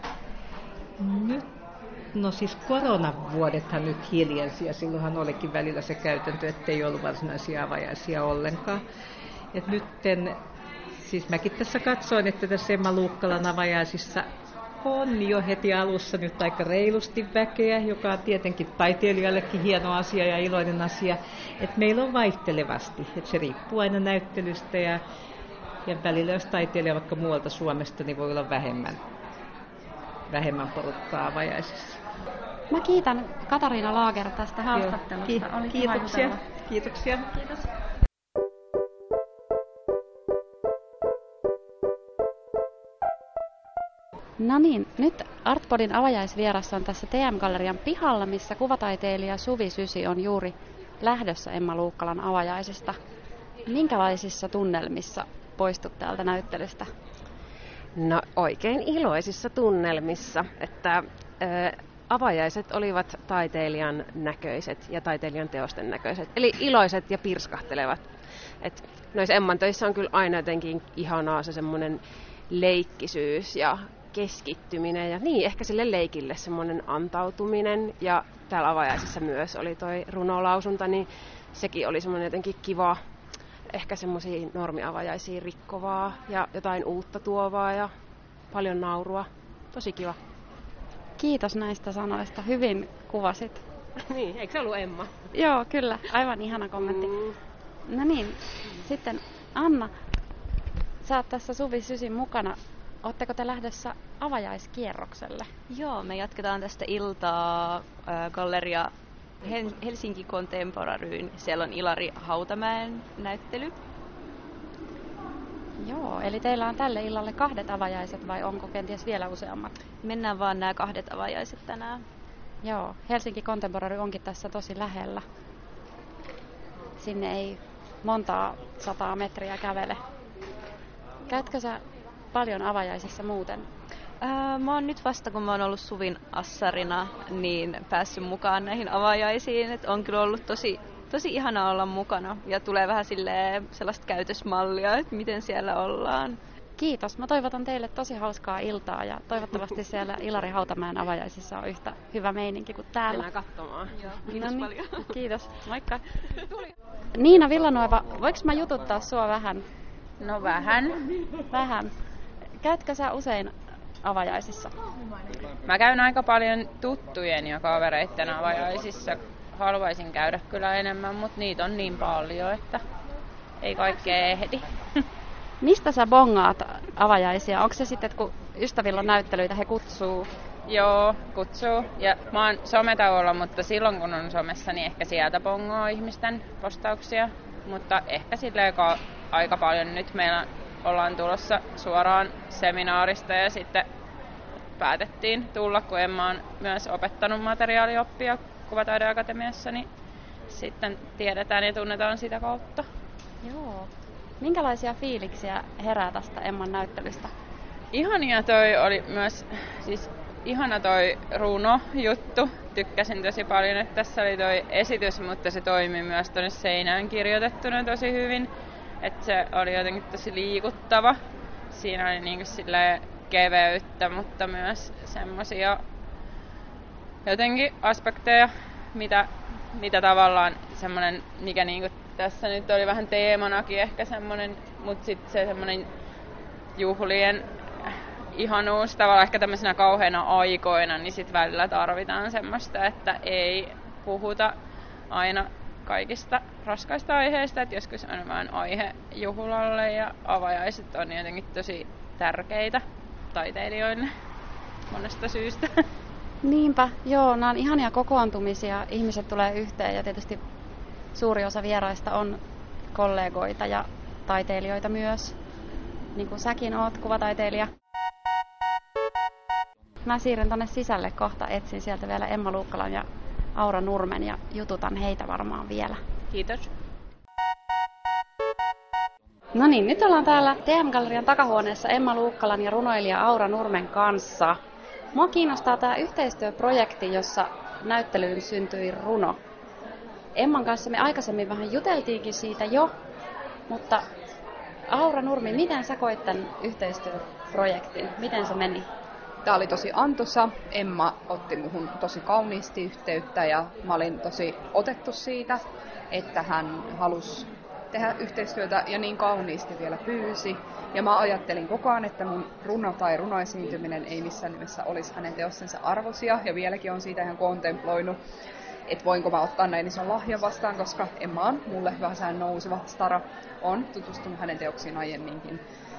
No siis koronavuodethan nyt hiljensi ja silloinhan olikin välillä se käytäntö, ettei ollut varsinaisia avajaisia ollenkaan. Et nytten, siis mäkin tässä katsoin, että tässä Emma Luukkalan avajaisissa on jo heti alussa nyt aika reilusti väkeä, joka on tietenkin taiteilijallekin hieno asia ja iloinen asia. Et meillä on vaihtelevasti, että se riippuu aina näyttelystä ja välillä jos taiteilija vaikka muualta Suomesta, niin voi olla vähemmän. vähemmän porukkaa avajaisissa. Mä kiitän Katariina Laager tästä haastattelusta. Oli kiva Kiitoksia. jutella. Kiitoksia. Kiitos. No niin, nyt Artpodin avajaisvieras on tässä TM-gallerian pihalla, missä kuvataiteilija Suvi Sysi on juuri lähdössä Emma Luukkalan avajaisista. Minkälaisissa tunnelmissa poistut täältä näyttelystä? No oikein iloisissa tunnelmissa, että avajaiset olivat taiteilijan näköiset ja taiteilijan teosten näköiset, eli iloiset ja pirskahtelevat. Et noissa Emman töissä on kyllä aina jotenkin ihanaa se semmoinen leikkisyys ja keskittyminen ja niin ehkä sille leikille semmoinen antautuminen. Ja täällä avajaisissa myös oli toi runolausunta, niin sekin oli semmoinen jotenkin kiva, ehkä semmoisia normiavajaisia rikkovaa ja jotain uutta tuovaa ja paljon naurua. Tosi kiva. Kiitos näistä sanoista. Hyvin kuvasit. Niin, eikö se ollut Emma? Joo, kyllä. Aivan ihana kommentti. No niin, sitten Anna, sä oot tässä Suvi Sysin mukana. Ootteko te lähdössä avajaiskierrokselle? Joo, me jatketaan tästä iltaa galleria Helsinki Contemporaryn. Siellä on Ilari Hautamäen näyttely. Joo, eli teillä on tälle illalle 2 avajaiset vai onko kenties vielä useammat? Mennään vaan nämä 2 avajaiset tänään. Joo, Helsinki Contemporary onkin tässä tosi lähellä. Sinne ei montaa 100 metriä kävele. Käytkö sä paljon avajaisissa muuten? Mä oon nyt vasta, kun mä oon ollut Suvin assarina, niin päässyt mukaan näihin avajaisiin. Et on kyllä ollut tosi ihanaa olla mukana ja tulee vähän sellaista käytösmallia, että miten siellä ollaan. Kiitos. Mä toivotan teille tosi hauskaa iltaa ja toivottavasti siellä Ilari Hautamäen avajaisissa on yhtä hyvä meininki kuin täällä. Mennään katsomaan. Joo, kiitos paljon. Kiitos. Moikka. Niina Villanueva, voinko mä jututtaa sua vähän? No vähän. Vähän. Käytkö sä usein avajaisissa? Mä käyn aika paljon tuttujen ja kavereitten avajaisissa. Haluaisin käydä kyllä enemmän, mutta niitä on niin paljon, että ei kaikkea ehdi. Mistä sä bongaat avajaisia? Onko se sitten, kun ystävillä on näyttelyitä, he kutsuu? Joo, kutsuu. Ja mä oon sometauolla, mutta silloin kun on somessa, niin ehkä sieltä bongaa ihmisten postauksia. Mutta ehkä silleen aika paljon nyt meillä ollaan tulossa suoraan seminaarista ja sitten päätettiin tulla, kun Emma on myös opettanut materiaalioppia Kuvataideakatemiassa, niin sitten tiedetään ja tunnetaan sitä kautta. Joo. Minkälaisia fiiliksiä herää tästä Emman näyttelystä? Ihania toi oli myös, siis ihana toi runo-juttu. Tykkäsin tosi paljon, että tässä oli toi esitys, mutta se toimi myös tuonne seinään kirjoitettuna tosi hyvin. Että se oli jotenkin tosi liikuttava. Siinä oli niinku silleen keveyttä, mutta myös semmosia jotenkin aspekteja, mitä tavallaan semmonen, mikä niinku tässä nyt oli vähän teemanakin ehkä semmonen, mut sit se semmonen juhlien ihanuus tavallaan ehkä tämmöisenä kauheina aikoina, niin sit välillä tarvitaan semmoista, että ei puhuta aina kaikista raskaista aiheista, että joskus on vain aihe juhlalle ja avajaiset on jotenkin tosi tärkeitä taiteilijoille monesta syystä. Niinpä, joo, nämä on ihania kokoontumisia, ihmiset tulee yhteen ja tietysti suuri osa vieraista on kollegoita ja taiteilijoita myös, niin kuin säkin oot, kuvataiteilija. Mä siirryn tonne sisälle kohta, etsin sieltä vielä Emma Luukkalan ja Aura Nurmen ja jututan heitä varmaan vielä. Kiitos. No niin, nyt ollaan täällä TM-gallerian takahuoneessa Emma Luukkalan ja runoilija Aura Nurmen kanssa. Mua kiinnostaa tämä yhteistyöprojekti, jossa näyttelyyn syntyi runo. Emman kanssa me aikaisemmin vähän juteltiinkin siitä jo, mutta Aura Nurmi, miten sä koit tämän yhteistyöprojektin? Miten se meni? Tämä oli tosi antoisa. Emma otti muhun tosi kauniisti yhteyttä ja mä olin tosi otettu siitä, että hän halusi tehdä yhteistyötä ja niin kauniisti vielä pyysi. Ja mä ajattelin koko ajan, että mun runo tai runoesiintyminen ei missään nimessä olisi hänen teossensa arvoisia ja vieläkin on siitä ihan kontemploinut, että voinko mä ottaa näin ison lahjan vastaan, koska Emma on mulle vähän nouseva stara, on tutustunut hänen teoksiin aiemminkin.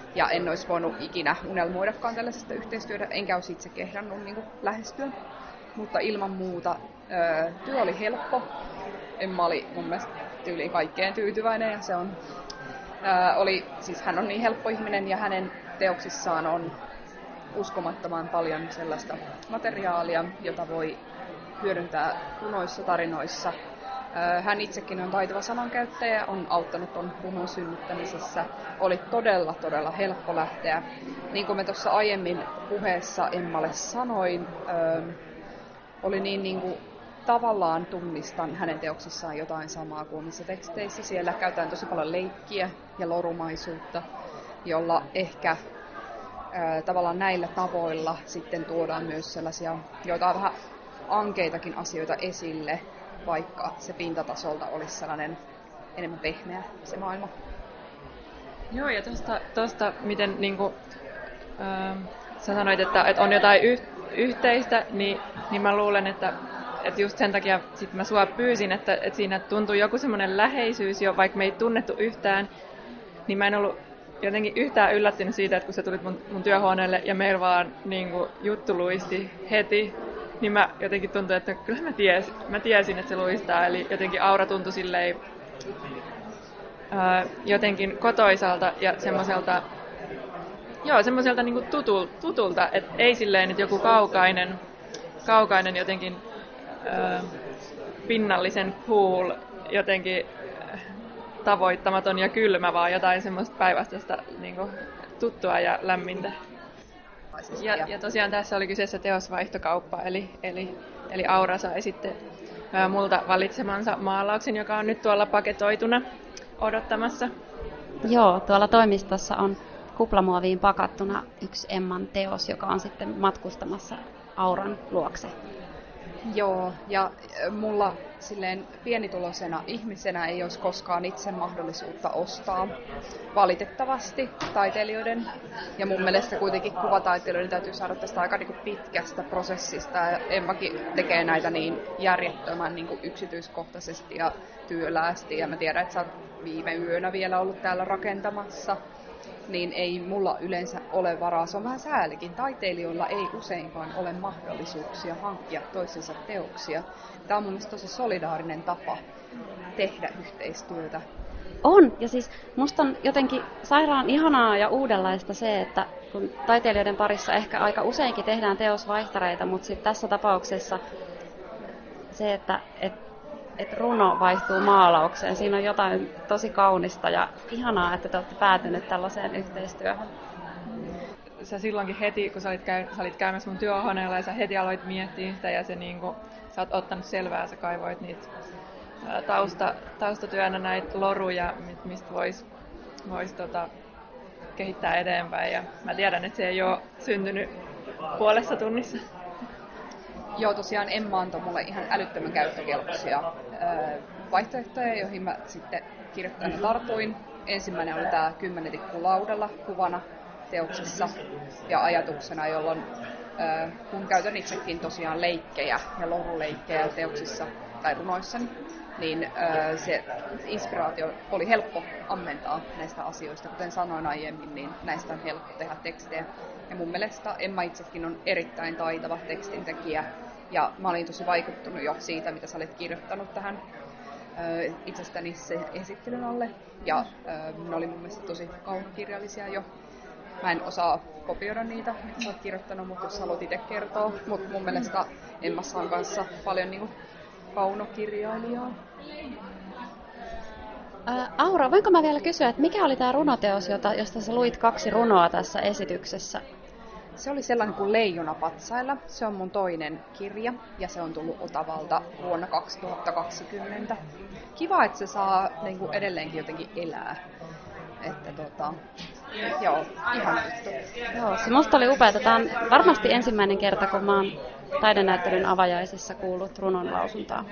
Ja en olisi voinut ikinä unelmoidakaan tällaisesta yhteistyötä, enkä olisi itse kehdannut niin kuin lähestyä. Mutta ilman muuta työ oli helppo. Emma oli mun mielestä tyyliin kaikkeen tyytyväinen ja se on, siis hän on niin helppo ihminen ja hänen teoksissaan on uskomattoman paljon sellaista materiaalia, jota voi hyödyntää runoissa, tarinoissa. Hän itsekin on taitava sanankäyttäjä, on auttanut ton runon synnyttämisessä. Oli todella, todella helppo lähteä. Niin kuin me tuossa aiemmin puheessa Emmalle sanoin, oli niin kuin tavallaan tunnistan hänen teoksissaan jotain samaa kuin omissa teksteissä. Siellä käytetään tosi paljon leikkiä ja lorumaisuutta, jolla ehkä tavallaan näillä tavoilla sitten tuodaan myös sellaisia, joita on vähän ankeitakin asioita esille, vaikka se pintatasolta olisi sellainen enemmän pehmeä se maailma. Joo, ja tuosta miten niinku, sä sanoit, että on jotain yhteistä, niin mä luulen, että just sen takia sit mä sua pyysin, että siinä tuntui joku semmoinen läheisyys jo, vaikka me ei tunnettu yhtään, niin mä en ollut jotenkin yhtään yllättynyt siitä, että kun sä tulit mun työhuoneelle ja meillä vaan niin juttu luisti heti, niin mä jotenkin tuntui, että kyllä mä tiesin, että se luistaa. Eli jotenkin aura tuntui silleen jotenkin kotoisalta ja semmoiselta niin tutulta, että ei silleen, että joku kaukainen jotenkin pinnallisen cool, jotenkin tavoittamaton ja kylmä, vaan jotain semmoista päinvastaista niin tuttua ja lämmintä. Ja tosiaan tässä oli kyseessä teosvaihtokauppa, eli Aura sai sitten multa valitsemansa maalauksen, joka on nyt tuolla paketoituna odottamassa. Joo, tuolla toimistossa on kuplamuoviin pakattuna yksi Emman teos, joka on sitten matkustamassa Auran luokse. Joo, ja mulla silleen pienituloisena ihmisenä ei olisi koskaan itse mahdollisuutta ostaa valitettavasti taiteilijoiden. Ja mun mielestä kuitenkin kuvataiteilijoiden täytyy saada tästä aika niin pitkästä prosessista. Ja Emmakin tekee näitä niin järjettömän niin yksityiskohtaisesti ja työläästi. Ja mä tiedän, että sä oot viime yönä vielä ollut täällä rakentamassa. Niin ei mulla yleensä ole varaa. Se on vähän säälikin. Taiteilijoilla ei useinkaan ole mahdollisuuksia hankkia toisensa teoksia. Tämä on mun mielestä tosi solidaarinen tapa tehdä yhteistyötä. On, ja siis musta on jotenkin sairaan ihanaa ja uudenlaista se, että kun taiteilijoiden parissa ehkä aika useinkin tehdään teosvaihtareita, mutta sitten tässä tapauksessa se, että runo vaihtuu maalaukseen. Siinä on jotain tosi kaunista ja ihanaa, että te olette päätyneet tällaiseen yhteistyöhön. Sä silloinkin heti, kun sä olit käymässä mun työhuoneella ja sä heti aloit miettiä sitä ja sä oot ottanut selvää, sä kaivoit niitä taustatyönä näitä loruja, mistä vois kehittää eteenpäin. Ja mä tiedän, että se ei ole syntynyt puolessa tunnissa. Joo, tosiaan Emma antoi mulle ihan älyttömän käyttökelpoisia vaihtoehtoja, joihin mä sitten kirjoittajana tartuin. Ensimmäinen oli tämä 10 tikkua laudalla kuvana teoksessa ja ajatuksena, jolloin kun käytän itsekin tosiaan leikkejä ja loruleikkejä teoksissa tai runoissani, niin se inspiraatio oli helppo ammentaa näistä asioista. Kuten sanoin aiemmin, niin näistä on helppo tehdä tekstejä. Ja mun mielestä Emma itsekin on erittäin taitava tekstintekijä. Ja mä olin tosi vaikuttunut jo siitä, mitä sä olet kirjoittanut tähän itsestäni se esittelyn alle. Ja ne oli mun mielestä tosi kaunokirjallisia jo. Mä en osaa kopioida niitä, mitä sä oot kirjoittanut, mutta jos haluat itse kertoa. Mutta mun mielestä Emmassa on kanssa paljon niinku kaunokirjailijaa. Aura, voinko mä vielä kysyä, että mikä oli tämä runoteos, josta sä luit 2 runoa tässä esityksessä? Se oli sellainen kuin Leijona patsailla. Se on mun toinen kirja ja se on tullut Otavalta vuonna 2020. Kiva, että se saa niin kuin edelleenkin jotenkin elää. Että joo, ihana juttu. Joo, se musta oli upeaa. Tämä on varmasti ensimmäinen kerta, kun mä oon taidenäyttelyn avajaisissa kuullut runon lausuntaa.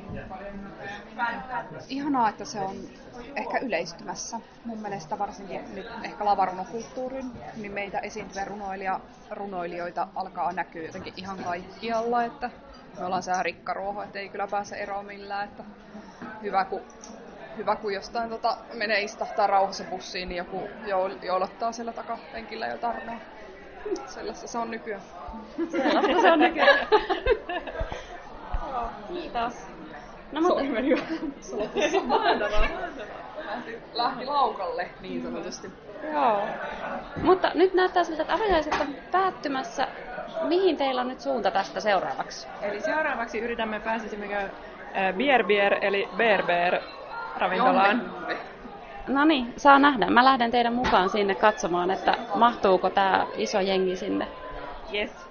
Ihanaa, että se on ehkä yleistymässä. Mun mielestä varsinkin nyt ehkä lavarunokulttuurin, niin meitä esiintyviä runoilijoita alkaa näkyä jotenkin ihan kaikkialla, että me ollaan se rikkaruoho, että ei kyllä pääse eroon millään, että hyvä kun hyvä, kun jostain menee istahtaa rauhassa bussiin, niin joku joulottaa siellä takapenkillä jo tarnaa. Sellaista se on nykyään. Sellaista se on nykyään. Kiitos. No, mutta... Se meni mahtavaa. Lähti laukalle niin sanotusti. Joo. Mutta nyt näyttää siltä, että avajaiset on päättymässä. Mihin teillä on nyt suunta tästä seuraavaksi? Eli seuraavaksi yritämme pääsisimmekö Bier eli Beer ravintolaan. No niin, saa nähdä. Mä lähden teidän mukaan sinne katsomaan, että mahtuuko tää iso jengi sinne. Yes.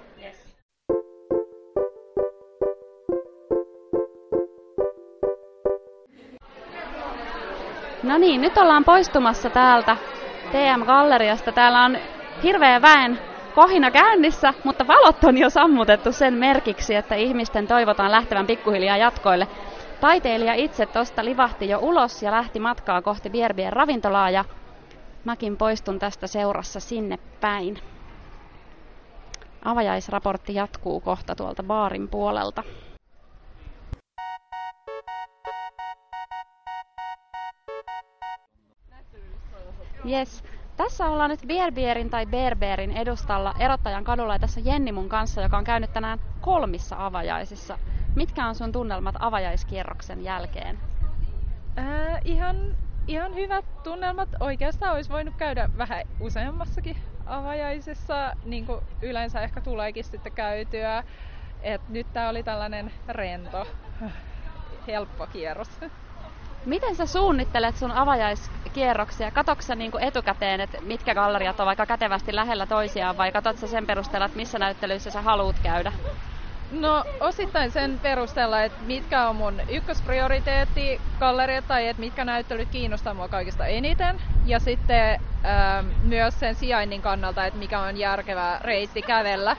No niin, nyt ollaan poistumassa täältä TM-galleriasta. Täällä on hirveä väen kohina käynnissä, mutta valot on jo sammutettu sen merkiksi, että ihmisten toivotaan lähtevän pikkuhiljaa jatkoille. Taiteilija itse tosta livahti jo ulos ja lähti matkaa kohti Bier ravintolaa ja mäkin poistun tästä seurassa sinne päin. Avajaisraportti jatkuu kohta tuolta baarin puolelta. Yes. Tässä ollaan nyt Bierin tai Beerin edustalla Erottajan kadulla ja tässä on Jenni mun kanssa, joka on käynyt tänään 3 avajaisissa. Mitkä on sun tunnelmat avajaiskierroksen jälkeen? Ihan hyvät tunnelmat. Oikeastaan olisi voinut käydä vähän useammassakin avajaisessa, niin kuin yleensä ehkä tuleekin sitten käytyä. Et nyt tää oli tällainen rento, helppo kierros. Miten sä suunnittelet sun avajaiskierroksia? Katotko sä niinku etukäteen, että mitkä galleriat on vaikka kätevästi lähellä toisiaan vai katsot sä sen perusteella, että missä näyttelyissä sä haluat käydä? No osittain sen perusteella, että mitkä on mun ykkösprioriteetti galleriat tai että mitkä näyttelyt kiinnostaa mua kaikista eniten. Ja sitten myös sen sijainnin kannalta, että mikä on järkevä reitti kävellä.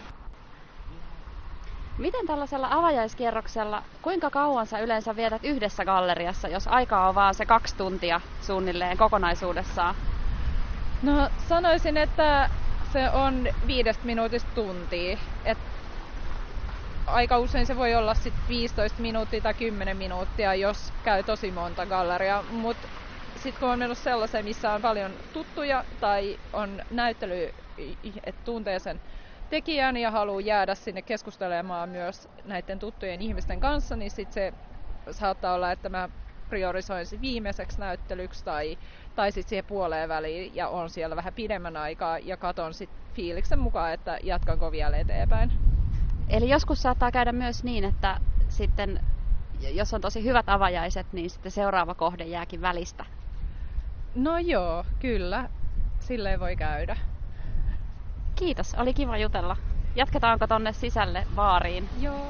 Miten tällaisella avajaiskierroksella, kuinka kauan sä yleensä vietät yhdessä galleriassa, jos aikaa on vaan se 2 tuntia suunnilleen kokonaisuudessaan? No sanoisin, että se on 5 minuutista tuntia. Et aika usein se voi olla sit 15 minuuttia tai 10 minuuttia, jos käy tosi monta galleriaa. Mutta sitten kun on menossa sellaiseen, missä on paljon tuttuja tai on näyttely, että tuntee sen tekijän ja haluaa jäädä sinne keskustelemaan myös näiden tuttujen ihmisten kanssa, niin sitten se saattaa olla, että mä priorisoin sen viimeiseksi näyttelyksi tai sitten siihen puoleen väliin ja on siellä vähän pidemmän aikaa ja katon sitten fiiliksen mukaan, että jatkanko vielä eteenpäin. Eli joskus saattaa käydä myös niin, että sitten, jos on tosi hyvät avajaiset, niin sitten seuraava kohde jääkin välistä. No joo, kyllä. Silleen voi käydä. Kiitos, oli kiva jutella. Jatketaanko tonne sisälle baariin? Joo.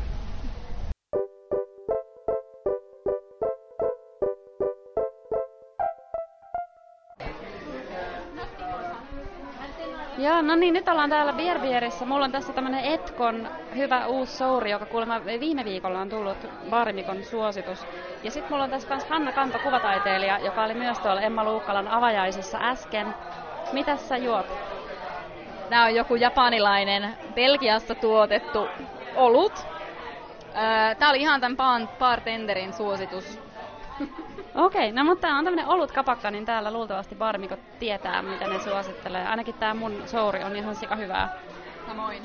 Joo, no niin, nyt ollaan täällä Bierissä. Mulla on tässä tämmönen Etkon hyvä uusi souri, joka kuulemma viime viikolla on tullut Baarimikon suositus. Ja sit mulla on tässä kans Hanna Kanto, kuvataiteilija, joka oli myös tuolla Emma Luukkalan avajaisissa äsken. Mitäs sä juot? Tää on joku japanilainen, Belgiassa tuotettu olut. Tää oli ihan tämän bartenderin suositus. Okei, no mutta tää on tämmönen olutkapakka, niin täällä luultavasti baarimikot tietää, mitä ne suosittelee. Ainakin tää mun souri on ihan sika hyvää. Samoin.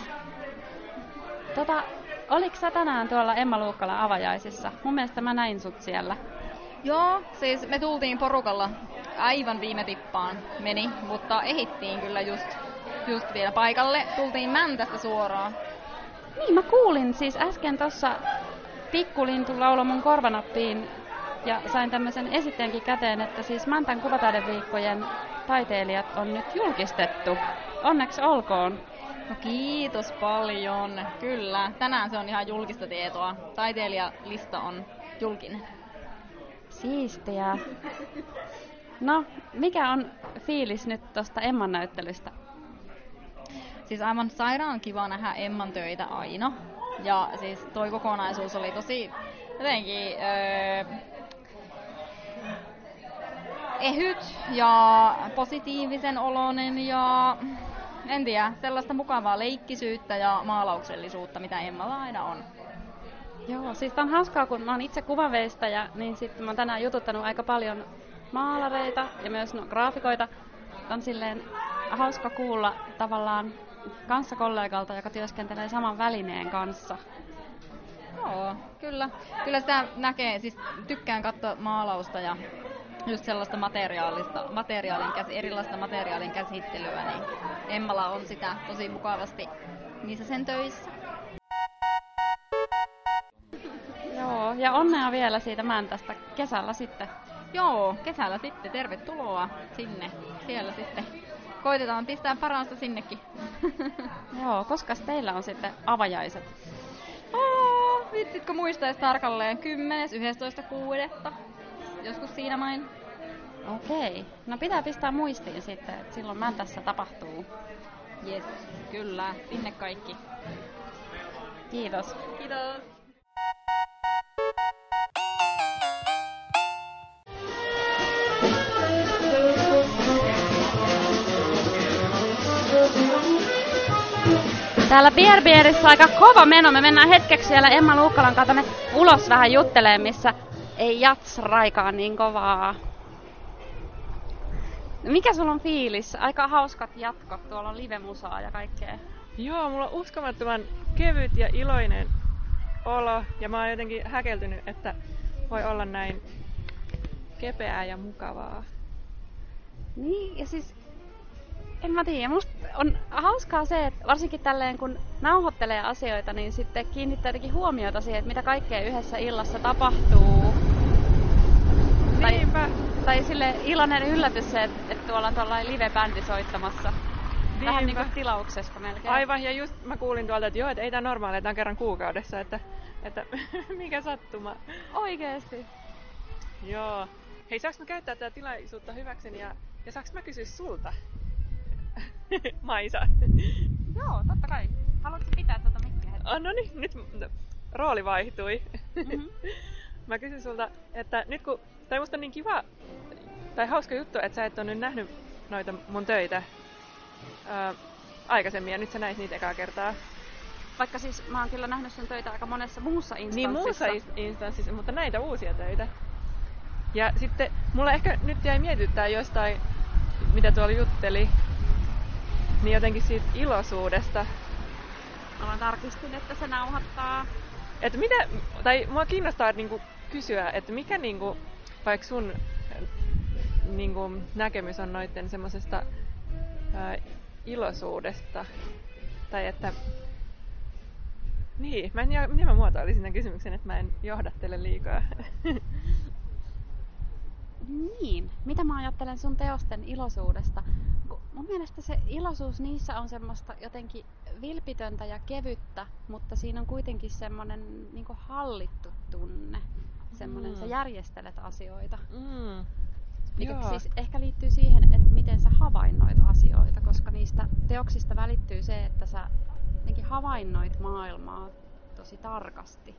Oliko sä tänään tuolla Emma Luukkalan avajaisissa? Mun mielestä mä näin sut siellä. Joo, siis me tultiin porukalla aivan viime tippaan meni, mutta ehittiin kyllä just vielä paikalle. Tultiin Mäntästä suoraan. Niin, mä kuulin siis äsken tossa Pikkulintu lauloi mun korvanappiin ja sain tämmöisen esitteenkin käteen, että siis Mäntän kuvataideviikkojen taiteilijat on nyt julkistettu. Onneksi olkoon. No kiitos paljon. Kyllä, tänään se on ihan julkista tietoa. Taiteilijalista on julkinen. Siistiä. No, mikä on fiilis nyt tosta Emman näyttelystä? Siis aivan sairaan kiva nähdä Emman töitä aina. Ja siis toi kokonaisuus oli tosi jotenkin ehyt ja positiivisen oloinen ja en tiedä, sellaista mukavaa leikkisyyttä ja maalauksellisuutta, mitä Emmalla aina on. Joo, siis tää on hauskaa, kun mä oon itse kuvanveistäjä, niin sitten mä oon tänään jututtanut aika paljon maalareita ja myös graafikoita. On silleen hauska kuulla tavallaan kanssakollegalta, joka työskentelee saman välineen kanssa. Joo, kyllä. Kyllä sitä näkee, siis tykkään katsoa maalausta ja just sellaista erilaista materiaalin käsittelyä, niin Emmalla on sitä tosi mukavasti niissä sen töissä. Joo, ja onnea vielä siitä Mäntästä kesällä sitten. Joo, kesällä sitten. Tervetuloa sinne. Siellä sitten koitetaan pistää parasta sinnekin. Joo, koska teillä on sitten avajaiset? Vitsitkö muistaisi tarkalleen 10.11.6. Joskus siinä main. Okei. No pitää pistää muistiin sitten, että silloin Mäntässä tapahtuu. Jes, kyllä. Sinne kaikki. Kiitos. Kiitos. Täällä Bierbierissä aika kova meno. Me mennään hetkeksi siellä Emma Luukkalan kanssa tänne ulos vähän jutteleen, missä ei jats raikaa niin kovaa. Mikä sulla on fiilis? Aika hauskat jatkot. Tuolla on live-musaa ja kaikkea. Joo, mulla on uskomattoman kevyt ja iloinen olo. Ja mä oon jotenkin häkeltynyt, että voi olla näin kepeää ja mukavaa. Niin, ja siis en mä tiedä. Musta on hauskaa se, että varsinkin tälleen kun nauhoittelee asioita, niin sitten kiinnittää jotenkin huomiota siihen, että mitä kaikkea yhdessä illassa tapahtuu. Tai sille iloinen yllätys se, että tuolla on tuollainen live-bändi soittamassa. Vähän niin kuin tilauksesta melkein. Aivan, ja just mä kuulin tuolta, että joo, että ei tää normaalia, tää on kerran kuukaudessa, että mikä sattuma. Oikeesti. Joo. Hei, saaks mä käyttää tätä tilaisuutta hyväkseni ja saaks mä kysyä sulta? Maisa. Joo, totta kai. Haluatko pitää tuota mikkiä hetken? No niin, nyt rooli vaihtui. Mm-hmm. Mä kysyn sulta, että nyt kun, tai musta on niin kiva, tai hauska juttu, että sä et ole nyt nähnyt noita mun töitä aikaisemmin, ja nyt sä näit niitä ekaa kertaa. Vaikka siis mä oon kyllä nähnyt sun töitä aika monessa muussa instanssissa. Niin, muussa instanssissa, mutta näitä uusia töitä. Ja sitten mulla ehkä nyt jäi mietityttää jostain, mitä tuolla jutteli, niin jotenkin siitä iloisuudesta. Mä tarkistin, että se nauhoittaa. Että mitä, tai mua kiinnostaa niinku kysyä, että mikä niinku, vaikka sun niinku näkemys on noitten semmosesta iloisuudesta, tai että niin, mä en tiedä, miten mä muotoilisin tämän kysymyksen, että mä en johdattele liikaa. Niin, mitä mä ajattelen sun teosten iloisuudesta? Mun mielestä se iloisuus niissä on semmoista jotenkin vilpitöntä ja kevyttä, mutta siinä on kuitenkin semmoinen niinku hallittu tunne. Semmoinen, sä järjestelet asioita. Siis ehkä liittyy siihen, että miten sä havainnoit asioita, koska niistä teoksista välittyy se, että sä jotenkin havainnoit maailmaa tosi tarkasti.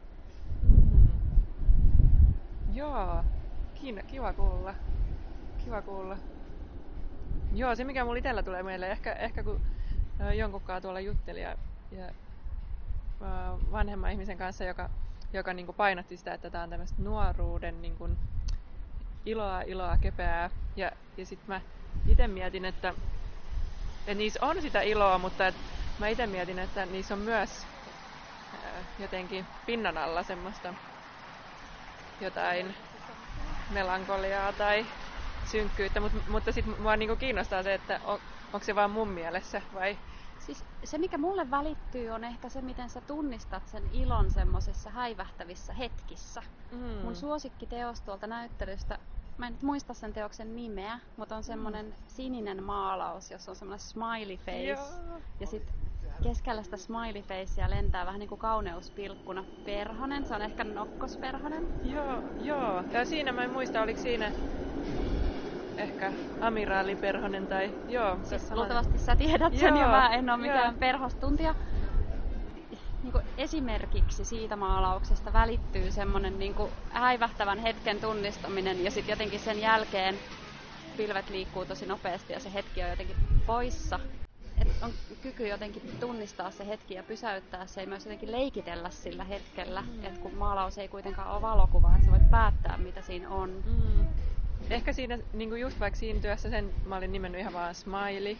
Joo, kiva kuulla. Kiva kuulla. Joo, se mikä mulla itellä tulee mieleen, ehkä kun jonkunkaan tuolla jutteli ja vanhemman ihmisen kanssa, joka niinku painotti sitä, että tää on tämmöistä nuoruuden niinku iloa, kepeää. Ja sit mä ite mietin, että niissä on sitä iloa, mutta mä ite mietin, että niissä on myös jotenkin pinnan alla semmoista jotain melankoliaa tai synkkyyttä, mutta sit mua niinku kiinnostaa se, että onko se vaan mun mielessä vai? Siis se mikä mulle välittyy on ehkä se, miten sä tunnistat sen ilon semmosissa häivähtävissä hetkissä. Mun suosikkiteos tuolta näyttelystä, mä en nyt muista sen teoksen nimeä, mutta on semmonen sininen maalaus, jossa on semmonen smiley face. Joo. Ja sit keskellä sitä smiley facea lentää vähän niinku kauneuspilkkuna perhonen, se on ehkä nokkosperhonen. Joo. Ja siinä mä en muista, oliko siinä ehkä amiraaliperhonen tai joo. Siis luultavasti sä tiedät sen ja mä en oo mikään perhostuntija. Niinku esimerkiksi siitä maalauksesta välittyy semmonen niinku häivähtävän hetken tunnistaminen ja sitten jotenkin sen jälkeen pilvet liikkuu tosi nopeasti ja se hetki on jotenkin poissa. on kyky jotenkin tunnistaa se hetki ja pysäyttää se ja myös jotenkin leikitellä sillä hetkellä, että kun maalaus ei kuitenkaan ole valokuva, että sä voit päättää mitä siinä on. Ehkä siinä, niin just vaikka siinä työssä mä olin nimennyt ihan vaan smiley,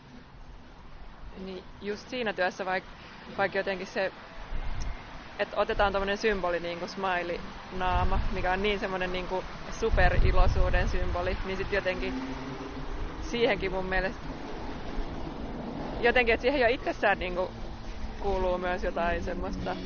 niin just siinä työssä vaikka jotenkin se, että otetaan tommonen symboli niin kuin smiley-naama, mikä on niin semmonen niin kuin superiloisuuden symboli, niin sit jotenkin siihenkin mun mielestä jotenkin, että siihen jo itsessään niin kuin kuuluu myös jotain semmoista.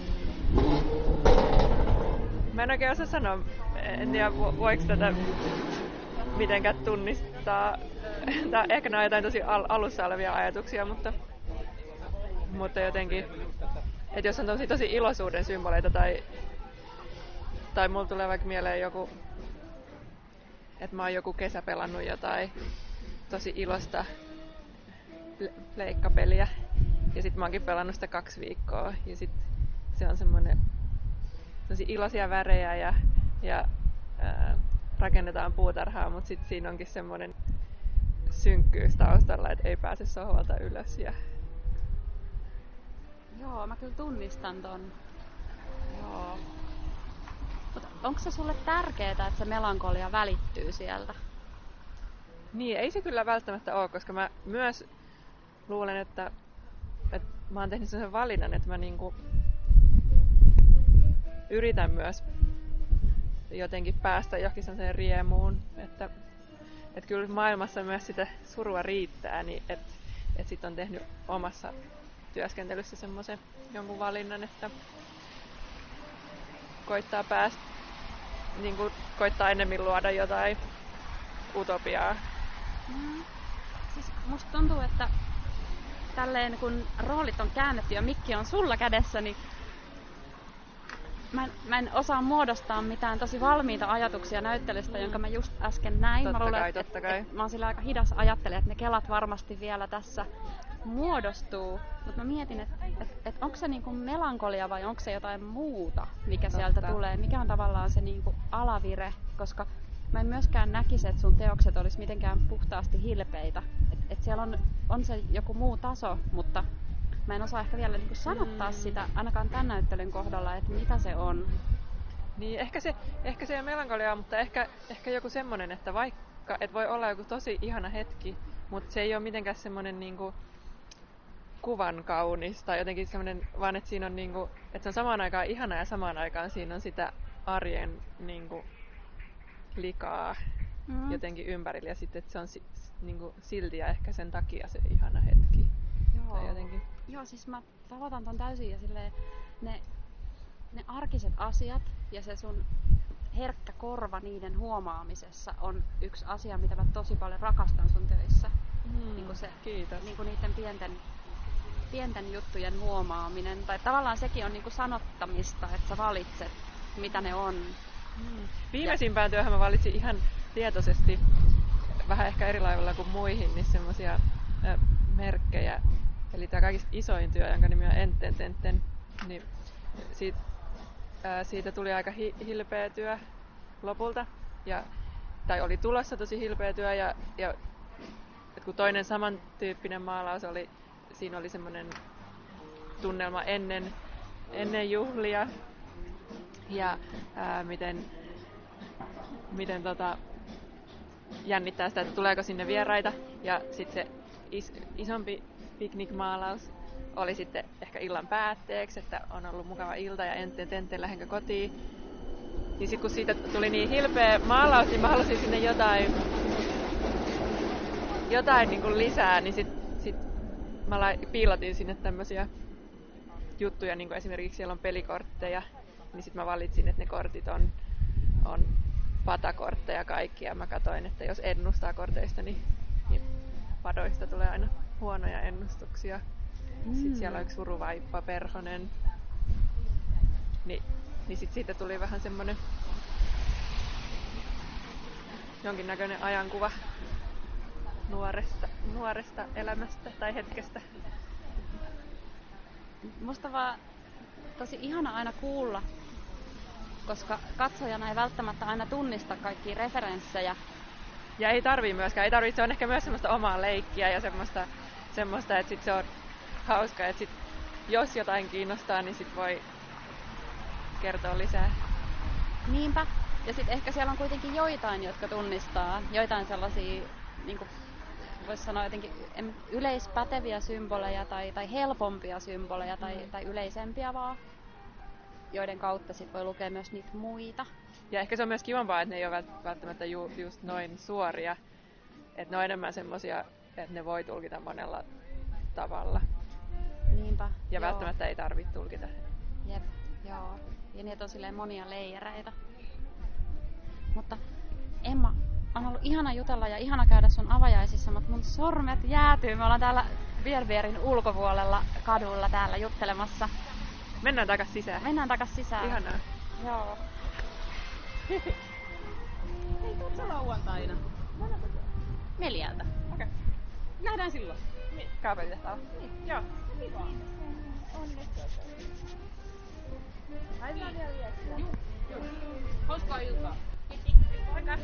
Mä en oikein osaa sanoa, en tiedä voiko tätä mitenkään tunnistaa. Ehkä nämä on jotain tosi alussa olevia ajatuksia, mutta jotenkin, että jos on tosi iloisuuden symboleita tai mulla tulee vaikka mieleen joku, että mä oon joku kesä pelannut jotain tosi ilosta pleikkapeliä ja sit mä oonkin pelannut sitä 2 viikkoa ja sit se on semmonen tosi iloisia värejä ja rakennetaan puutarhaa, mutta sit siinä onkin semmonen synkkyys taustalla, että ei pääse sohvalta ylös. Joo, mä kyllä tunnistan ton. Joo. Mutta onko se sulle tärkeää, että se melankolia välittyy sieltä? Niin, ei se kyllä välttämättä ole, koska mä myös luulen, että mä oon tehnyt sellaisen valinnan, että mä niinku yritän myös jotenkin päästä johonkin sellaiseen riemuun, että kyllä maailmassa myös sitä surua riittää, niin että sit on tehnyt omassa työskentelyssä semmoisen jonkun valinnan, että koittaa enemmän luoda jotain utopiaa. Siis musta tuntuu, että tälleen kun roolit on käännetty ja mikki on sulla kädessä, niin mä en osaa muodostaa mitään tosi valmiita ajatuksia näyttelystä, jonka mä just äsken näin. Totta kai. Mä oon sillä aika hidas ajattelija, että ne kelat varmasti vielä tässä muodostuu. Mutta mä mietin, että onko se niinku melankolia vai onko se jotain muuta, mikä sieltä tulee. Mikä on tavallaan se niinku alavire, koska mä en myöskään näkisi, että sun teokset olisi mitenkään puhtaasti hilpeitä. Et siellä on se joku muu taso, mutta mä en osaa ehkä vielä niinku sanottaa sitä, ainakaan tämän näyttelyn kohdalla, että mitä se on. Niin, ehkä se on melankoliaa, mutta ehkä joku semmonen, että vaikka et voi olla joku tosi ihana hetki, mutta se ei ole mitenkään semmonen niinku kuvan kaunis tai jotenkin semmonen, vaan että siinä on niinku, että se on samaan aikaan ihana ja samaan aikaan siinä on sitä arjen niinku likaa jotenkin ympärillä ja sitten, että se on niinku silti ja ehkä sen takia se ihana hetki. Joo. Tai jotenkin. Joo, siis mä tavoitan ton täysin ja silleen ne arkiset asiat ja se sun herkkä korva niiden huomaamisessa on yksi asia, mitä mä tosi paljon rakastan sun töissä. Niinku se, kiitos. Niinku niiden pienten juttujen huomaaminen. Tai tavallaan sekin on niinku sanottamista, että sä valitset, mitä ne on. Viimeisimpään työhön mä valitsin ihan tietoisesti, vähän ehkä eri lailla kuin muihin, niin semmosia merkkejä. Eli tää kaikista isoin työ, jonka nimi on Enten, niin siitä tuli aika hilpeä työ lopulta. Tai oli tulossa tosi hilpeä työ ja kun toinen samantyyppinen maalaus oli, siinä oli semmoinen tunnelma ennen juhlia ja miten jännittää sitä, että tuleeko sinne vieraita ja sitten se isompi piknikmaalaus oli sitten ehkä illan päätteeksi, että on ollut mukava ilta ja Enten lähdenkö kotiin. Niin sitten kun siitä tuli niin hilpeä maalaus, niin mä halusin sinne jotain niin kuin lisää, niin sit mä piilotin sinne tämmösiä juttuja, niin kuin esimerkiksi siellä on pelikortteja, niin sit mä valitsin, että ne kortit on patakortteja kaikki ja mä katsoin, että jos ennustaa korteista, niin padoista tulee aina huonoja ennustuksia. Sitten siellä on yksi suruvaippa perhonen. Niin sit siitä tuli vähän semmonen jonkinnäköinen ajankuva nuoresta elämästä tai hetkestä. Musta vaan tosi ihana aina kuulla, koska katsojana ei välttämättä aina tunnista kaikkia referenssejä. Ja ei tarvii myöskään, se on ehkä myös semmoista omaa leikkiä ja semmoista, että sit se on hauska, että sit, jos jotain kiinnostaa, niin sit voi kertoa lisää. Niinpä. Ja sitten ehkä siellä on kuitenkin joitain, jotka tunnistaa, joitain sellaisia, niin kuin voisi sanoa jotenkin yleispäteviä symboleja tai helpompia symboleja tai yleisempiä vaan, joiden kautta sit voi lukea myös niitä muita. Ja ehkä se on myös kivampaa, että ne ei ole välttämättä just noin suoria. Että ne on enemmän semmosia, että ne voi tulkita monella tavalla. Niinpä. Ja välttämättä ei tarvitse tulkita. Jep, joo. Ja niitä on silleen monia leijereitä. Mutta Emma, on ollut ihana jutella ja ihana käydä sun avajaisissa, mutta mun sormet jäätyy. Me ollaan täällä Bierbierin ulkopuolella kadulla täällä juttelemassa. Mennään takas sisään. Mennään takas sisään. Ihanaa. Joo. Hei, tuut sä lauantaina? 4. Okei. Nähdään silloin. Niin, kaapelitehtaalla. Niin. Joo. Kiva. Onneksi. Laitetaan vielä viestiä. Joo. Hauskaa iltaa. Kiitti. Moikka.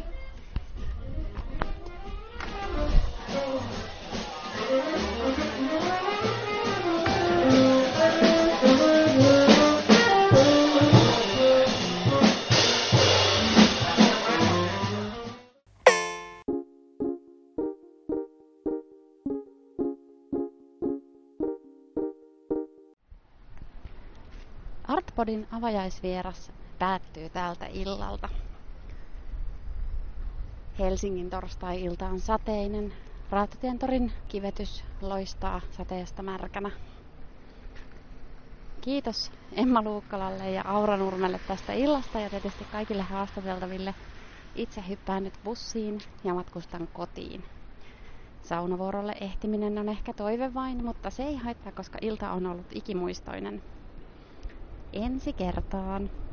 Artpodin avajaisvieras päättyy tältä illalta. Helsingin torstai-ilta on sateinen. Rautatientorin kivetys loistaa sateesta märkänä. Kiitos Emma Luukkalalle ja Aura Nurmelle tästä illasta ja tietysti kaikille haastateltaville. Itse hyppään nyt bussiin ja matkustan kotiin. Saunavuorolle ehtiminen on ehkä toive vain, mutta se ei haittaa, koska ilta on ollut ikimuistoinen. Ensi kertaan.